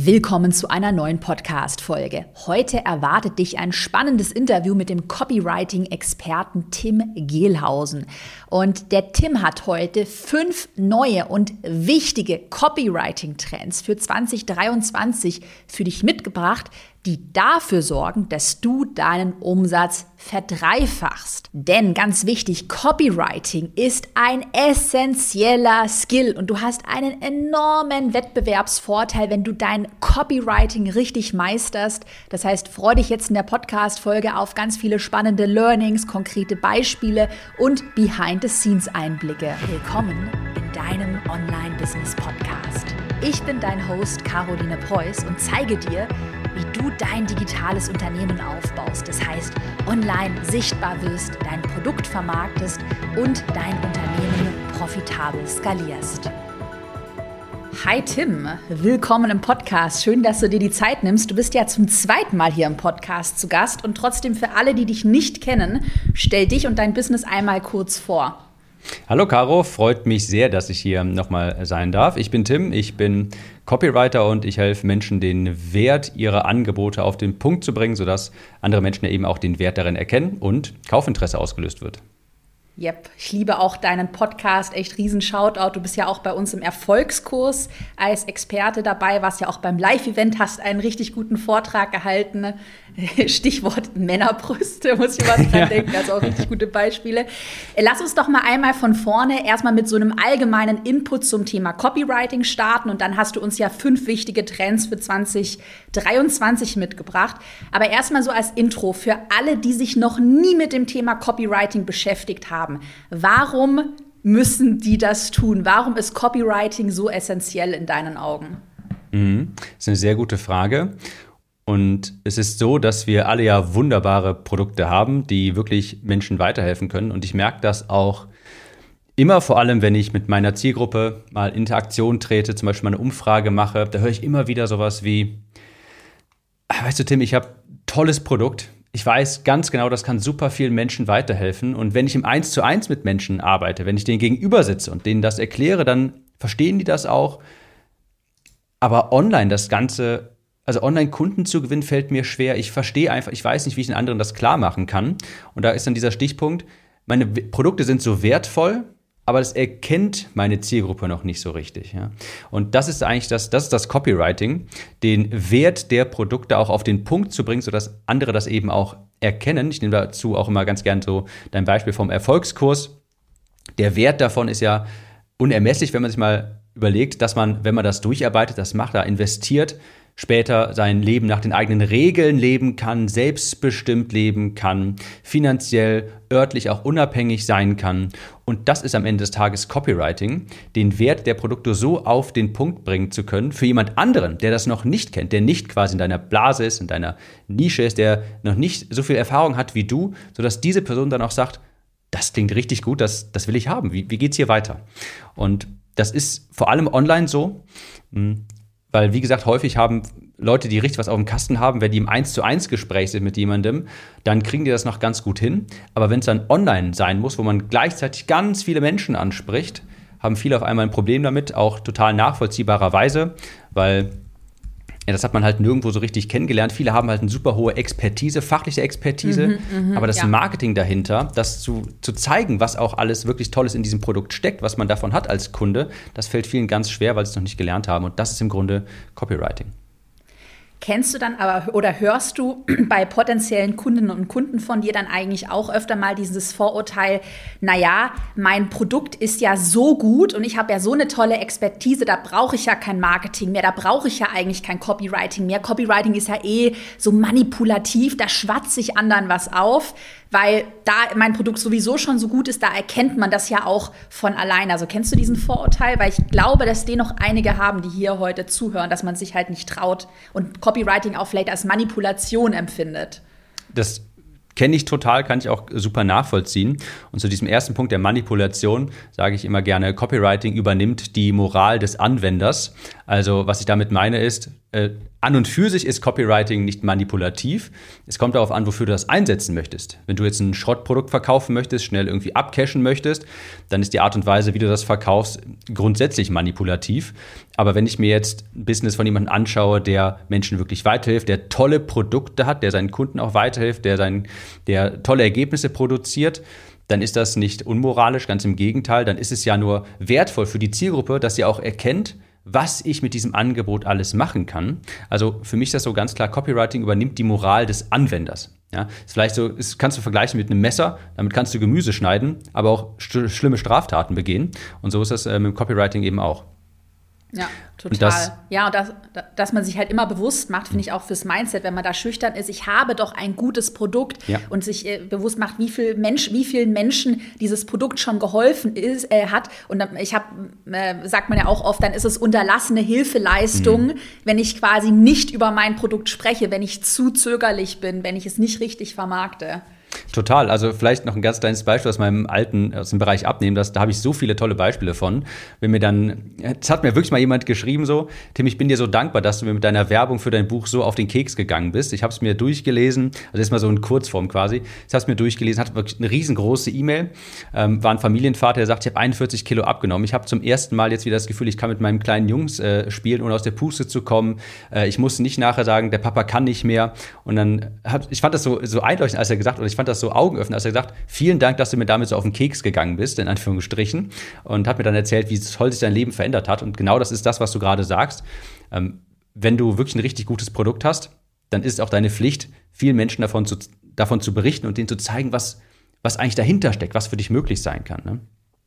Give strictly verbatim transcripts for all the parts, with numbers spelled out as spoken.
Willkommen zu einer neuen Podcast-Folge. Heute erwartet dich ein spannendes Interview mit dem Copywriting-Experten Tim Gehlhausen. Und der Tim hat heute fünf neue und wichtige Copywriting-Trends für zwanzig dreiundzwanzig für dich mitgebracht, die dafür sorgen, dass du deinen Umsatz verdreifachst. Denn ganz wichtig, Copywriting ist ein essentieller Skill und du hast einen enormen Wettbewerbsvorteil, wenn du dein Copywriting richtig meisterst. Das heißt, freu dich jetzt in der Podcast-Folge auf ganz viele spannende Learnings, konkrete Beispiele und Behind-the-Scenes-Einblicke. Willkommen in deinem Online-Business-Podcast. Ich bin dein Host Caroline Preuß und zeige dir, wie du dein digitales Unternehmen aufbaust. Das heißt, online sichtbar wirst, dein Produkt vermarktest und dein Unternehmen profitabel skalierst. Hi Tim, willkommen im Podcast. Schön, dass du dir die Zeit nimmst. Du bist ja zum zweiten Mal hier im Podcast zu Gast und trotzdem für alle, die dich nicht kennen, stell dich und dein Business einmal kurz vor. Hallo Caro, freut mich sehr, dass ich hier nochmal sein darf. Ich bin Tim, ich bin Copywriter und ich helfe Menschen, den Wert ihrer Angebote auf den Punkt zu bringen, sodass andere Menschen eben auch den Wert darin erkennen und Kaufinteresse ausgelöst wird. Yep, ich liebe auch deinen Podcast, echt riesen Shoutout. Du bist ja auch bei uns im Erfolgskurs als Experte dabei, warst ja auch beim Live-Event, hast einen richtig guten Vortrag gehalten. Stichwort Männerbrüste, muss ich mal dran ja. denken, also auch richtig gute Beispiele. Lass uns doch mal einmal von vorne erstmal mit so einem allgemeinen Input zum Thema Copywriting starten und dann hast du uns ja fünf wichtige Trends für zwanzig dreiundzwanzig mitgebracht. Aber erstmal so als Intro für alle, die sich noch nie mit dem Thema Copywriting beschäftigt haben. Warum müssen die das tun? Warum ist Copywriting so essentiell in deinen Augen? Mhm. Das ist eine sehr gute Frage. Und es ist so, dass wir alle ja wunderbare Produkte haben, die wirklich Menschen weiterhelfen können. Und ich merke das auch immer, vor allem, wenn ich mit meiner Zielgruppe mal in Interaktion trete, zum Beispiel mal eine Umfrage mache, da höre ich immer wieder sowas wie, weißt du Tim, ich habe ein tolles Produkt. Ich weiß ganz genau, das kann super vielen Menschen weiterhelfen. Und wenn ich im Eins zu eins mit Menschen arbeite, wenn ich denen gegenüber sitze und denen das erkläre, dann verstehen die das auch. Aber online das Ganze, also online Kunden zu gewinnen, fällt mir schwer. Ich verstehe einfach, ich weiß nicht, wie ich den anderen das klar machen kann. Und da ist dann dieser Stichpunkt, meine Produkte sind so wertvoll, aber das erkennt meine Zielgruppe noch nicht so richtig. Ja? Und das ist eigentlich das, das ist das Copywriting, den Wert der Produkte auch auf den Punkt zu bringen, sodass andere das eben auch erkennen. Ich nehme dazu auch immer ganz gern so dein Beispiel vom Erfolgskurs. Der Wert davon ist ja unermesslich, wenn man sich mal überlegt, dass man, wenn man das durcharbeitet, das macht, da investiert, später sein Leben nach den eigenen Regeln leben kann, selbstbestimmt leben kann, finanziell, örtlich auch unabhängig sein kann. Und das ist am Ende des Tages Copywriting, den Wert der Produkte so auf den Punkt bringen zu können für jemand anderen, der das noch nicht kennt, der nicht quasi in deiner Blase ist, in deiner Nische ist, der noch nicht so viel Erfahrung hat wie du, sodass diese Person dann auch sagt, das klingt richtig gut, das, das will ich haben, wie, wie geht's hier weiter? Und das ist vor allem online so, weil, wie gesagt, häufig haben Leute, die richtig was auf dem Kasten haben, wenn die im eins zu eins Gespräch sind mit jemandem, dann kriegen die das noch ganz gut hin. Aber wenn es dann online sein muss, wo man gleichzeitig ganz viele Menschen anspricht, haben viele auf einmal ein Problem damit, auch total nachvollziehbarerweise, weil ja, das hat man halt nirgendwo so richtig kennengelernt. Viele haben halt eine super hohe Expertise, fachliche Expertise, mhm, mh, aber das ja. Marketing dahinter, das zu, zu zeigen, was auch alles wirklich Tolles in diesem Produkt steckt, was man davon hat als Kunde, das fällt vielen ganz schwer, weil sie es noch nicht gelernt haben. Und das ist im Grunde Copywriting. Kennst du dann aber oder hörst du bei potenziellen Kundinnen und Kunden von dir dann eigentlich auch öfter mal dieses Vorurteil, naja, mein Produkt ist ja so gut und ich habe ja so eine tolle Expertise, da brauche ich ja kein Marketing mehr, da brauche ich ja eigentlich kein Copywriting mehr. Copywriting ist ja eh so manipulativ, da schwatze ich anderen was auf, weil da mein Produkt sowieso schon so gut ist, da erkennt man das ja auch von alleine. Also kennst du diesen Vorurteil? Weil ich glaube, dass den noch einige haben, die hier heute zuhören, dass man sich halt nicht traut und Copywriting auch vielleicht als Manipulation empfindet. Das kenne ich total, kann ich auch super nachvollziehen. Und zu diesem ersten Punkt der Manipulation sage ich immer gerne, Copywriting übernimmt die Moral des Anwenders. Also was ich damit meine ist, äh, an und für sich ist Copywriting nicht manipulativ. Es kommt darauf an, wofür du das einsetzen möchtest. Wenn du jetzt ein Schrottprodukt verkaufen möchtest, schnell irgendwie abcashen möchtest, dann ist die Art und Weise, wie du das verkaufst, grundsätzlich manipulativ. Aber wenn ich mir jetzt ein Business von jemandem anschaue, der Menschen wirklich weiterhilft, der tolle Produkte hat, der seinen Kunden auch weiterhilft, der, sein, der tolle Ergebnisse produziert, dann ist das nicht unmoralisch, ganz im Gegenteil. Dann ist es ja nur wertvoll für die Zielgruppe, dass sie auch erkennt, was ich mit diesem Angebot alles machen kann. Also für mich ist das so ganz klar, Copywriting übernimmt die Moral des Anwenders. Ja, ist vielleicht so, ist, kannst du vergleichen mit einem Messer, damit kannst du Gemüse schneiden, aber auch st- schlimme Straftaten begehen. Und so ist das äh, mit dem Copywriting eben auch. Ja, total. Und das, ja, und das, dass man sich halt immer bewusst macht, finde ich auch fürs Mindset, wenn man da schüchtern ist, ich habe doch ein gutes Produkt ja. und sich äh, bewusst macht, wie viel Mensch, wie vielen Menschen dieses Produkt schon geholfen ist, äh, hat. Und dann, ich habe, äh, sagt man ja auch oft, dann ist es unterlassene Hilfeleistung, mhm. wenn ich quasi nicht über mein Produkt spreche, wenn ich zu zögerlich bin, wenn ich es nicht richtig vermarkte. Total. Also vielleicht noch ein ganz kleines Beispiel aus meinem alten, aus dem Bereich Abnehmen. Das, da habe ich so viele tolle Beispiele von. Wenn mir dann, es hat mir wirklich mal jemand geschrieben so, Tim, ich bin dir so dankbar, dass du mir mit deiner Werbung für dein Buch so auf den Keks gegangen bist. Ich habe es mir durchgelesen, also ist mal so in Kurzform quasi. Ich habe es mir durchgelesen, hatte wirklich eine riesengroße E-Mail. Ähm, war ein Familienvater, der sagt, ich habe einundvierzig Kilo abgenommen. Ich habe zum ersten Mal jetzt wieder das Gefühl, ich kann mit meinen kleinen Jungs äh, spielen, ohne aus der Puste zu kommen. Äh, ich muss nicht nachher sagen, der Papa kann nicht mehr. Und dann, hab, ich fand das so, so einleuchtend, als er gesagt, oder ich fand das so Augenöffner, als er gesagt, vielen Dank, dass du mir damit so auf den Keks gegangen bist, in Anführungsstrichen, und hat mir dann erzählt, wie toll sich dein Leben verändert hat. Und genau das ist das, was du gerade sagst. Ähm, wenn du wirklich ein richtig gutes Produkt hast, dann ist es auch deine Pflicht, vielen Menschen davon zu, davon zu berichten und denen zu zeigen, was, was eigentlich dahinter steckt, was für dich möglich sein kann. Ne?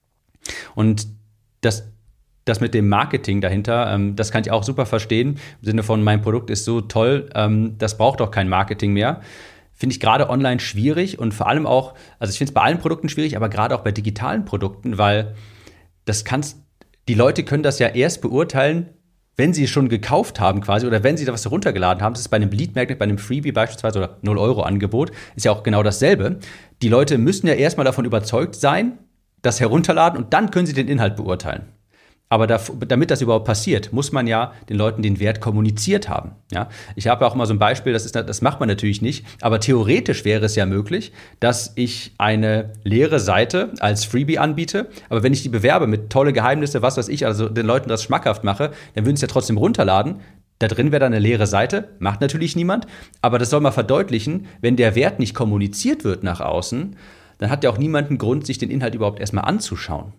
Und das Das mit dem Marketing dahinter, ähm, das kann ich auch super verstehen. Im Sinne von, mein Produkt ist so toll, ähm, das braucht doch kein Marketing mehr. Finde ich gerade online schwierig und vor allem auch, also ich finde es bei allen Produkten schwierig, aber gerade auch bei digitalen Produkten, weil das kannst, die Leute können das ja erst beurteilen, wenn sie schon gekauft haben quasi oder wenn sie da was heruntergeladen haben. Das ist bei einem Lead Magnet, bei einem Freebie beispielsweise oder null Euro Angebot, ist ja auch genau dasselbe. Die Leute müssen ja erstmal davon überzeugt sein, das herunterladen und dann können sie den Inhalt beurteilen. Aber da, damit das überhaupt passiert, muss man ja den Leuten den Wert kommuniziert haben. Ja? Ich habe auch mal so ein Beispiel, das, ist, das macht man natürlich nicht, aber theoretisch wäre es ja möglich, dass ich eine leere Seite als Freebie anbiete, aber wenn ich die bewerbe mit tolle Geheimnisse, was weiß ich, also den Leuten das schmackhaft mache, dann würden sie ja trotzdem runterladen. Da drin wäre dann eine leere Seite, macht natürlich niemand, aber das soll mal verdeutlichen, wenn der Wert nicht kommuniziert wird nach außen, dann hat ja auch niemand einen Grund, sich den Inhalt überhaupt erstmal anzuschauen.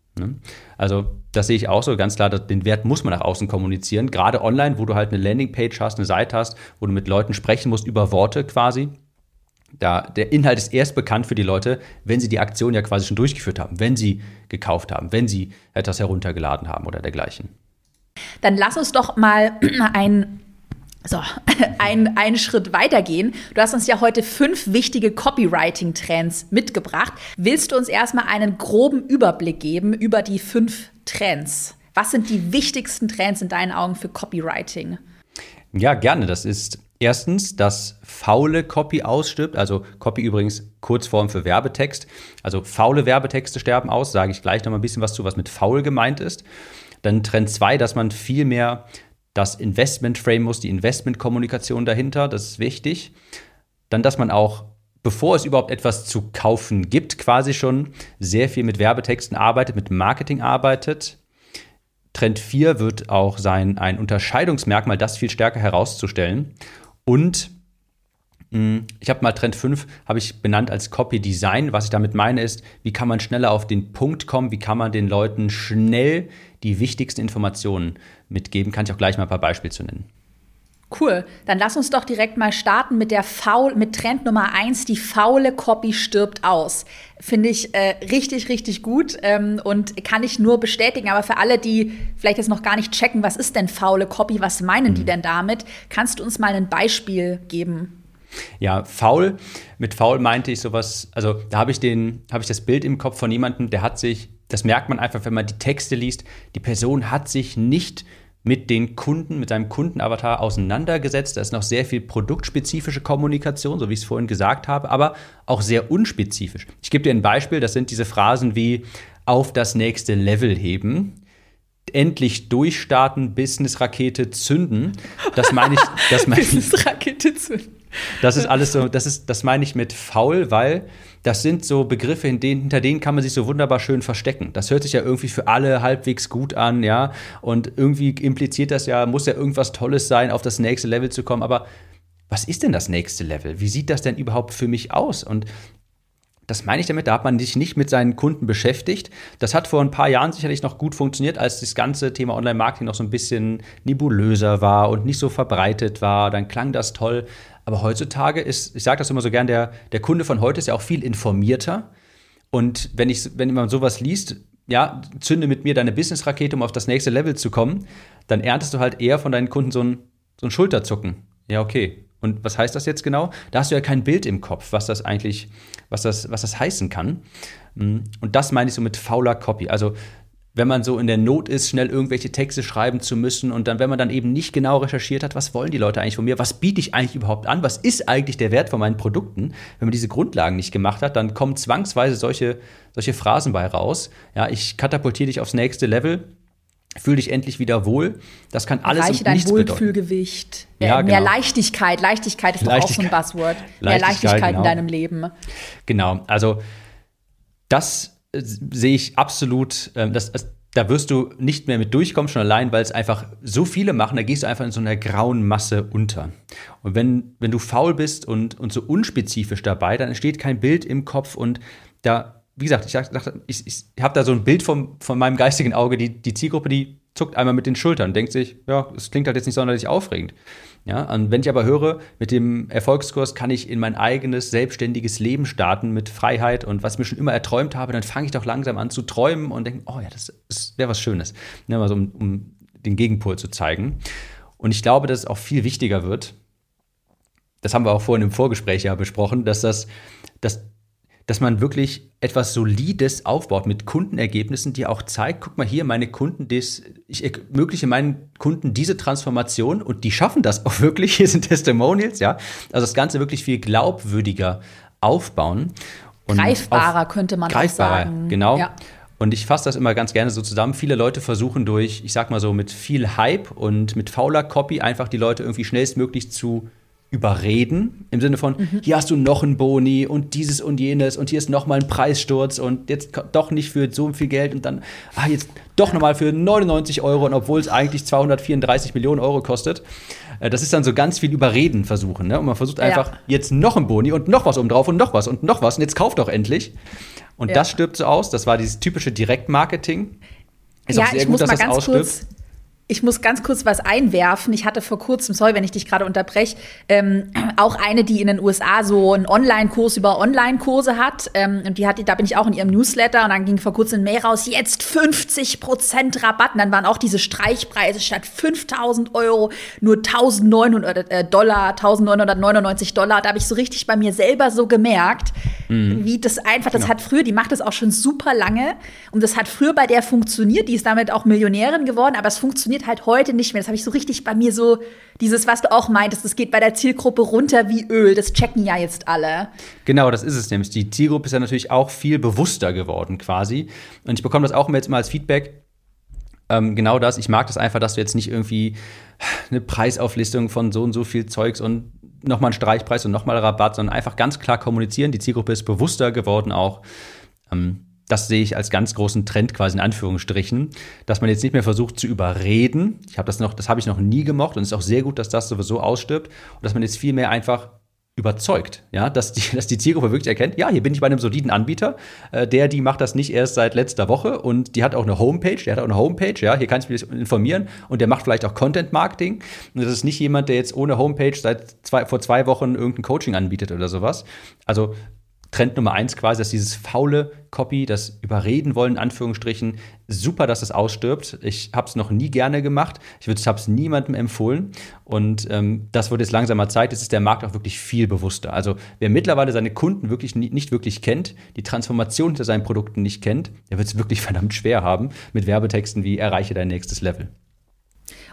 Also das sehe ich auch so ganz klar, den Wert muss man nach außen kommunizieren, gerade online, wo du halt eine Landingpage hast, eine Seite hast, wo du mit Leuten sprechen musst über Worte quasi. Da, der Inhalt ist erst bekannt für die Leute, wenn sie die Aktion ja quasi schon durchgeführt haben, wenn sie gekauft haben, wenn sie etwas heruntergeladen haben oder dergleichen. Dann lass uns doch mal ein So, ein, einen Schritt weitergehen. Du hast uns ja heute fünf wichtige Copywriting-Trends mitgebracht. Willst du uns erstmal einen groben Überblick geben über die fünf Trends? Was sind die wichtigsten Trends in deinen Augen für Copywriting? Ja, gerne. Das ist erstens, dass faule Copy ausstirbt. Also Copy übrigens Kurzform für Werbetext. Also faule Werbetexte sterben aus. Sage ich gleich noch mal ein bisschen was zu, was mit faul gemeint ist. Dann Trend zwei, dass man viel mehr das Investment-Frame muss, die Investment-Kommunikation dahinter, das ist wichtig. Dann, dass man auch, bevor es überhaupt etwas zu kaufen gibt, quasi schon sehr viel mit Werbetexten arbeitet, mit Marketing arbeitet. Trend vier wird auch sein, ein Unterscheidungsmerkmal, das viel stärker herauszustellen. Und mh, ich habe mal Trend fünf, habe ich benannt als Copy-Design. Was ich damit meine ist, wie kann man schneller auf den Punkt kommen, wie kann man den Leuten schnell die wichtigsten Informationen mitgeben. Kann ich auch gleich mal ein paar Beispiele zu nennen. Cool, dann lass uns doch direkt mal starten mit der faul, mit Trend Nummer eins, die faule Copy stirbt aus. Finde ich äh, richtig, richtig gut ähm, und kann ich nur bestätigen. Aber für alle, die vielleicht jetzt noch gar nicht checken, was ist denn faule Copy, was meinen mhm. die denn damit? Kannst du uns mal ein Beispiel geben? Ja, faul, mit faul meinte ich sowas, also da habe ich den, habe ich das Bild im Kopf von jemandem, der hat sich, das merkt man einfach, wenn man die Texte liest, die Person hat sich nicht mit den Kunden, mit seinem Kundenavatar auseinandergesetzt. Da ist noch sehr viel produktspezifische Kommunikation, so wie ich es vorhin gesagt habe, aber auch sehr unspezifisch. Ich gebe dir ein Beispiel, das sind diese Phrasen wie auf das nächste Level heben. endlich durchstarten, Business-Rakete zünden. Das meine ich, das meine ich. Business-Rakete zünden. Das ist alles so, das ist, das meine ich mit faul, weil das sind so Begriffe, in denen, hinter denen kann man sich so wunderbar schön verstecken. Das hört sich ja irgendwie für alle halbwegs gut an, ja. Und irgendwie impliziert das ja, muss ja irgendwas Tolles sein, auf das nächste Level zu kommen. Aber was ist denn das nächste Level? Wie sieht das denn überhaupt für mich aus? Und das meine ich damit, da hat man sich nicht mit seinen Kunden beschäftigt. Das hat vor ein paar Jahren sicherlich noch gut funktioniert, als das ganze Thema Online-Marketing noch so ein bisschen nebulöser war und nicht so verbreitet war. Dann klang das toll. Aber heutzutage ist, ich sage das immer so gern, der, der Kunde von heute ist ja auch viel informierter. Und wenn, ich, wenn man sowas liest, ja, zünde mit mir deine Business-Rakete, um auf das nächste Level zu kommen, dann erntest du halt eher von deinen Kunden so ein, so ein Schulterzucken. Ja, okay. Und was heißt das jetzt genau? Da hast du ja kein Bild im Kopf, was das eigentlich, was das, was das heißen kann. Und das meine ich so mit fauler Copy. Also wenn man so in der Not ist, schnell irgendwelche Texte schreiben zu müssen und dann, wenn man dann eben nicht genau recherchiert hat, was wollen die Leute eigentlich von mir, was biete ich eigentlich überhaupt an, was ist eigentlich der Wert von meinen Produkten, wenn man diese Grundlagen nicht gemacht hat, dann kommen zwangsweise solche, solche Phrasen bei raus. Ja, ich katapultiere dich aufs nächste Level. Fühl dich endlich wieder wohl. Das kann alles Erreiche und nichts dein Wohlfühlgewicht. Ja, ja, mehr genau. Leichtigkeit. Leichtigkeit ist doch auch so ein Buzzword. Mehr Leichtigkeit genau. in deinem Leben. Genau, also das äh, sehe ich absolut, äh, das, das, da wirst du nicht mehr mit durchkommen, schon allein, weil es einfach so viele machen, da gehst du einfach in so einer grauen Masse unter. Und wenn, wenn du faul bist und, und so unspezifisch dabei, dann entsteht kein Bild im Kopf und da wie gesagt, ich, dachte, ich, ich habe da so ein Bild vom, von meinem geistigen Auge, die, die Zielgruppe, die zuckt einmal mit den Schultern, denkt sich, ja, es klingt halt jetzt nicht sonderlich aufregend. Ja, und wenn ich aber höre, mit dem Erfolgskurs kann ich in mein eigenes, selbstständiges Leben starten mit Freiheit und was ich mir schon immer erträumt habe, dann fange ich doch langsam an zu träumen und denke, oh ja, das, das wäre was Schönes. Ja, mal so, um, um den Gegenpol zu zeigen. Und ich glaube, dass es auch viel wichtiger wird, das haben wir auch vorhin im Vorgespräch ja besprochen, dass das, dass dass man wirklich etwas Solides aufbaut mit Kundenergebnissen, die auch zeigt, guck mal hier, meine Kunden, des, ich ermögliche meinen Kunden diese Transformation und die schaffen das auch wirklich, hier sind Testimonials, ja, also das Ganze wirklich viel glaubwürdiger aufbauen. Und greifbarer könnte man greifbarer, auch sagen. Genau. Ja. Und ich fasse das immer ganz gerne so zusammen. Viele Leute versuchen durch, ich sag mal so, mit viel Hype und mit fauler Copy einfach die Leute irgendwie schnellstmöglich zu überreden, im Sinne von, mhm. hier hast du noch einen Boni und dieses und jenes und hier ist noch mal ein Preissturz und jetzt doch nicht für so viel Geld und dann, ah, jetzt doch noch mal für neunundneunzig Euro und obwohl es eigentlich zweihundertvierunddreißig Millionen Euro kostet. Das ist dann so ganz viel Überreden versuchen, ne? Und man versucht einfach, ja. jetzt noch ein Boni und noch was obendrauf und noch was und noch was und jetzt kauft doch endlich. Und ja. das stirbt so aus. Das war dieses typische Direktmarketing. Ist ja, auch sehr ich gut, muss dass mal das ganz ausstirbt. kurz Ich muss ganz kurz was einwerfen. Ich hatte vor kurzem, sorry, wenn ich dich gerade unterbreche, ähm, auch eine, die in den U S A so einen Online-Kurs über Online-Kurse hat. Ähm, und die hat, da bin ich auch in ihrem Newsletter. Und dann ging vor kurzem ein Mail raus, jetzt fünfzig Prozent Rabatt. Und dann waren auch diese Streichpreise statt fünftausend Euro nur eintausendneunhundert Dollar, eintausendneunhundertneunundneunzig Dollar. Da habe ich so richtig bei mir selber so gemerkt, mhm. wie das einfach, das genau. hat früher, die macht das auch schon super lange. Und das hat früher bei der funktioniert. Die ist damit auch Millionärin geworden. Aber es funktioniert halt heute nicht mehr. Das habe ich so richtig bei mir so, dieses, was du auch meintest, das geht bei der Zielgruppe runter wie Öl. Das checken ja jetzt alle. Genau, das ist es nämlich. Die Zielgruppe ist ja natürlich auch viel bewusster geworden quasi. Und ich bekomme das auch jetzt mal als Feedback. Ähm, genau das. Ich mag das einfach, dass du jetzt nicht irgendwie eine Preisauflistung von so und so viel Zeugs und nochmal einen Streichpreis und nochmal Rabatt, sondern einfach ganz klar kommunizieren. Die Zielgruppe ist bewusster geworden auch. Ähm, Das sehe ich als ganz großen Trend quasi in Anführungsstrichen, dass man jetzt nicht mehr versucht zu überreden. Ich habe das noch, das habe ich noch nie gemocht und es ist auch sehr gut, dass das sowieso ausstirbt und dass man jetzt viel mehr einfach überzeugt, ja, dass die, dass die Zielgruppe wirklich erkennt, ja, hier bin ich bei einem soliden Anbieter, äh, der, die macht das nicht erst seit letzter Woche und die hat auch eine Homepage, der hat auch eine Homepage, ja, hier kann ich mich informieren und der macht vielleicht auch Content-Marketing und das ist nicht jemand, der jetzt ohne Homepage seit zwei, vor zwei Wochen irgendein Coaching anbietet oder sowas. Also Trend Nummer eins quasi, dass dieses faule Copy, das Überreden wollen, in Anführungsstrichen, super, dass es ausstirbt. Ich habe es noch nie gerne gemacht. Ich habe es niemandem empfohlen. Und ähm, das wird jetzt langsamer Zeit. Jetzt ist der Markt auch wirklich viel bewusster. Also wer mittlerweile seine Kunden wirklich nie, nicht wirklich kennt, die Transformation hinter seinen Produkten nicht kennt, der wird es wirklich verdammt schwer haben mit Werbetexten wie erreiche dein nächstes Level.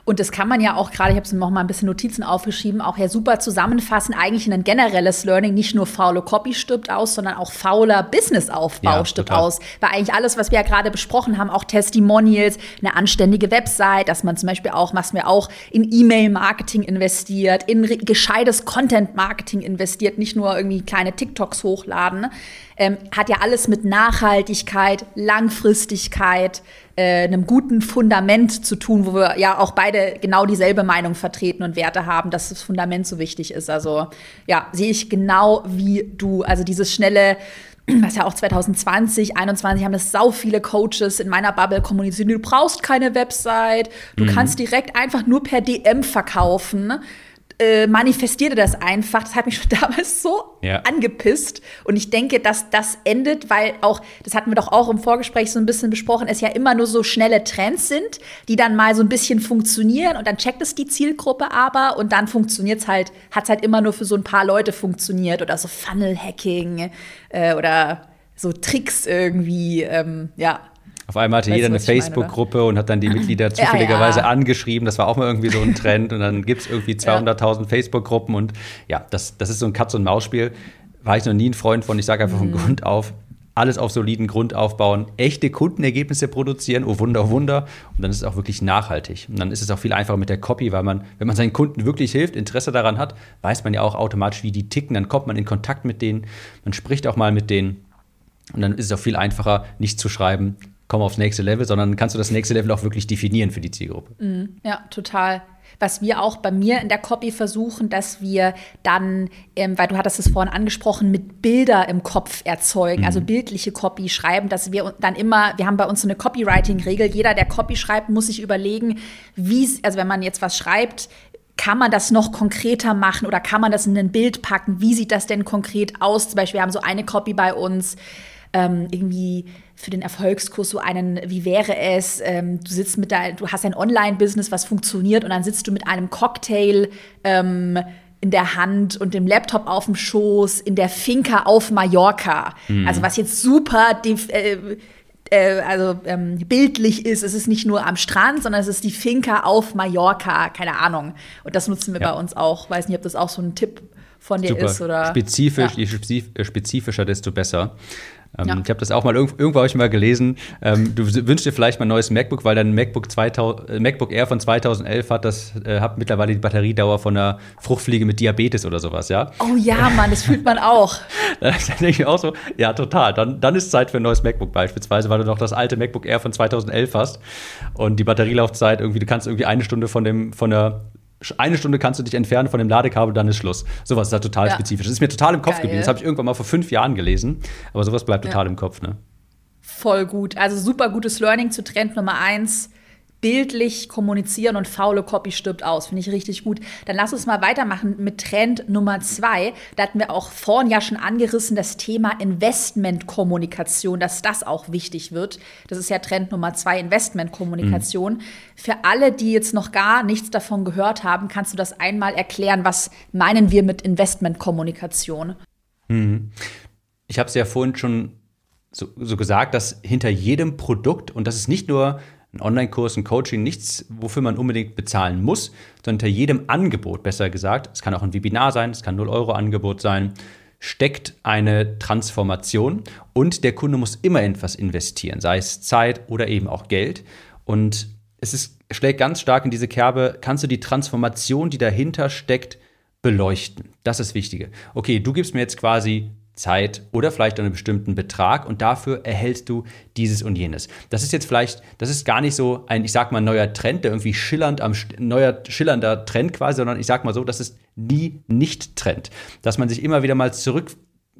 Und das kann man ja auch gerade, ich habe noch mal ein bisschen Notizen aufgeschrieben, auch ja super zusammenfassen, eigentlich ein generelles Learning, nicht nur faule Copy stirbt aus, sondern auch fauler Businessaufbau ja, stirbt total. aus. Weil eigentlich alles, was wir ja gerade besprochen haben, auch Testimonials, eine anständige Website, dass man zum Beispiel auch, was wir auch in E-Mail-Marketing investiert, in gescheites Content-Marketing investiert, nicht nur irgendwie kleine TikToks hochladen, ähm, hat ja alles mit Nachhaltigkeit, Langfristigkeit, äh, einem guten Fundament zu tun, wo wir ja auch beide genau dieselbe Meinung vertreten und Werte haben, dass das Fundament so wichtig ist. Also ja, sehe ich genau wie du. Also dieses schnelle, was ja auch zwanzig zwanzig, einundzwanzig haben das sau viele Coaches in meiner Bubble kommuniziert. Du brauchst keine Website, du mhm. kannst direkt einfach nur per D M verkaufen. Äh, manifestierte das einfach. Das hat mich schon damals so ja. angepisst. Und ich denke, dass das endet, weil auch, das hatten wir doch auch im Vorgespräch so ein bisschen besprochen, es ja immer nur so schnelle Trends sind, die dann mal so ein bisschen funktionieren und dann checkt es die Zielgruppe aber und dann funktioniert es halt, hat es halt immer nur für so ein paar Leute funktioniert oder so Funnel-Hacking äh, oder so Tricks irgendwie, ähm, ja. Auf einmal hatte weißt jeder eine Facebook-Gruppe und hat dann die Mitglieder zufälligerweise ja, ja. angeschrieben. Das war auch mal irgendwie so ein Trend. Und dann gibt es irgendwie zweihunderttausend ja. Facebook-Gruppen. Und ja, das, das ist so ein Katz-und-Maus-Spiel. War ich noch nie ein Freund von. Ich sage einfach von mhm. Grund auf, alles auf soliden Grund aufbauen, echte Kundenergebnisse produzieren. Oh Wunder, oh Wunder. Und dann ist es auch wirklich nachhaltig. Und dann ist es auch viel einfacher mit der Copy, weil man, wenn man seinen Kunden wirklich hilft, Interesse daran hat, weiß man ja auch automatisch, wie die ticken. Dann kommt man in Kontakt mit denen. Man spricht auch mal mit denen. Und dann ist es auch viel einfacher, nicht zu schreiben, komm aufs nächste Level, sondern kannst du das nächste Level auch wirklich definieren für die Zielgruppe. Ja, total. Was wir auch bei mir in der Copy versuchen, dass wir dann, ähm, weil du hattest es vorhin angesprochen, mit Bilder im Kopf erzeugen, mhm. also bildliche Copy schreiben, dass wir dann immer, wir haben bei uns so eine Copywriting-Regel, jeder, der Copy schreibt, muss sich überlegen, wie, also wenn man jetzt was schreibt, kann man das noch konkreter machen oder kann man das in ein Bild packen? Wie sieht das denn konkret aus? Zum Beispiel, wir haben so eine Copy bei uns, ähm, irgendwie für den Erfolgskurs so einen, wie wäre es, ähm, du sitzt mit dein, du hast ein Online-Business, was funktioniert und dann sitzt du mit einem Cocktail ähm, in der Hand und dem Laptop auf dem Schoß in der Finca auf Mallorca. Mhm. Also was jetzt super def- äh, äh, also ähm, bildlich ist, es ist nicht nur am Strand, sondern es ist die Finca auf Mallorca, keine Ahnung. Und das nutzen wir ja. bei uns auch. Weiß nicht, ob das auch so ein Tipp von dir super. ist oder Spezifisch, ja. je spezifischer, desto besser. Ähm, ja. Ich habe das auch mal irgendwo, irgendwo habe ich mal gelesen. Ähm, du wünschst dir vielleicht mal ein neues MacBook, weil dein MacBook, zweitausend, äh, MacBook Air von zweitausendelf hat das äh, hat mittlerweile die Batteriedauer von einer Fruchtfliege mit Diabetes oder sowas, ja? Oh ja, Mann, das fühlt man auch. Dann denke ich auch so, ja, total. Dann, dann ist Zeit für ein neues MacBook beispielsweise, weil du noch das alte MacBook Air von zweitausendelf hast und die Batterielaufzeit irgendwie, du kannst irgendwie eine Stunde von dem von der Eine Stunde kannst du dich entfernen von dem Ladekabel, dann ist Schluss. Sowas ist halt total ja. spezifisch. Das ist mir total im Kopf Geil. geblieben. Das habe ich irgendwann mal vor fünf Jahren gelesen. Aber sowas bleibt total ja. im Kopf, ne? Voll gut. Also super gutes Learning zu Trend Nummer eins. Bildlich kommunizieren und faule Copy stirbt aus. Finde ich richtig gut. Dann lass uns mal weitermachen mit Trend Nummer zwei. Da hatten wir auch vorhin ja schon angerissen, das Thema Investmentkommunikation, dass das auch wichtig wird. Das ist ja Trend Nummer zwei, Investmentkommunikation. Mhm. Für alle, die jetzt noch gar nichts davon gehört haben, kannst du das einmal erklären? Was meinen wir mit Investmentkommunikation? Mhm. Ich habe es ja vorhin schon so, so gesagt, dass hinter jedem Produkt, und das ist nicht nur ein Online-Kurs, ein Coaching, nichts, wofür man unbedingt bezahlen muss, sondern hinter jedem Angebot, besser gesagt, es kann auch ein Webinar sein, es kann ein null Euro Angebot sein, steckt eine Transformation und der Kunde muss immer etwas investieren, sei es Zeit oder eben auch Geld. Und es ist, schlägt ganz stark in diese Kerbe, kannst du die Transformation, die dahinter steckt, beleuchten. Das ist das Wichtige. Okay, du gibst mir jetzt quasi Zeit oder vielleicht einen bestimmten Betrag und dafür erhältst du dieses und jenes. Das ist jetzt vielleicht, das ist gar nicht so ein, ich sag mal, neuer Trend, der irgendwie schillernd am, neuer schillernder Trend quasi, sondern ich sag mal so, das ist nie Nicht-Trend. Dass man sich immer wieder mal zurück,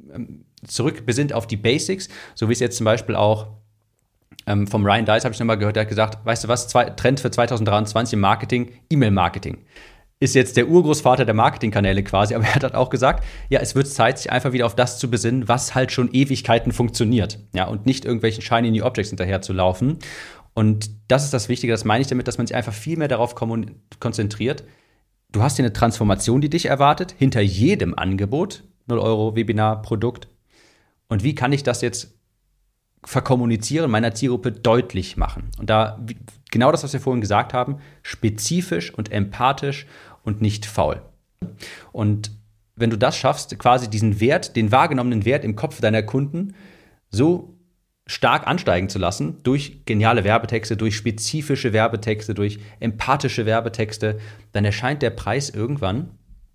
zurück besinnt auf die Basics, so wie es jetzt zum Beispiel auch ähm, vom Ryan Deiss habe ich nochmal gehört, der hat gesagt, weißt du was, zwei, Trend für zwanzig dreiundzwanzig im Marketing, E-Mail-Marketing. Ist jetzt der Urgroßvater der Marketingkanäle quasi, aber er hat auch gesagt, ja, es wird Zeit, sich einfach wieder auf das zu besinnen, was halt schon Ewigkeiten funktioniert, ja, und nicht irgendwelchen shiny new objects hinterher zu laufen. Und das ist das Wichtige, das meine ich damit, dass man sich einfach viel mehr darauf konzentriert. Du hast hier eine Transformation, die dich erwartet, hinter jedem Angebot, null Euro, Webinar, Produkt. Und wie kann ich das jetzt verkommunizieren, meiner Zielgruppe deutlich machen. Und da genau das, was wir vorhin gesagt haben, spezifisch und empathisch und nicht faul. Und wenn du das schaffst, quasi diesen Wert, den wahrgenommenen Wert im Kopf deiner Kunden so stark ansteigen zu lassen, durch geniale Werbetexte, durch spezifische Werbetexte, durch empathische Werbetexte, dann erscheint der Preis irgendwann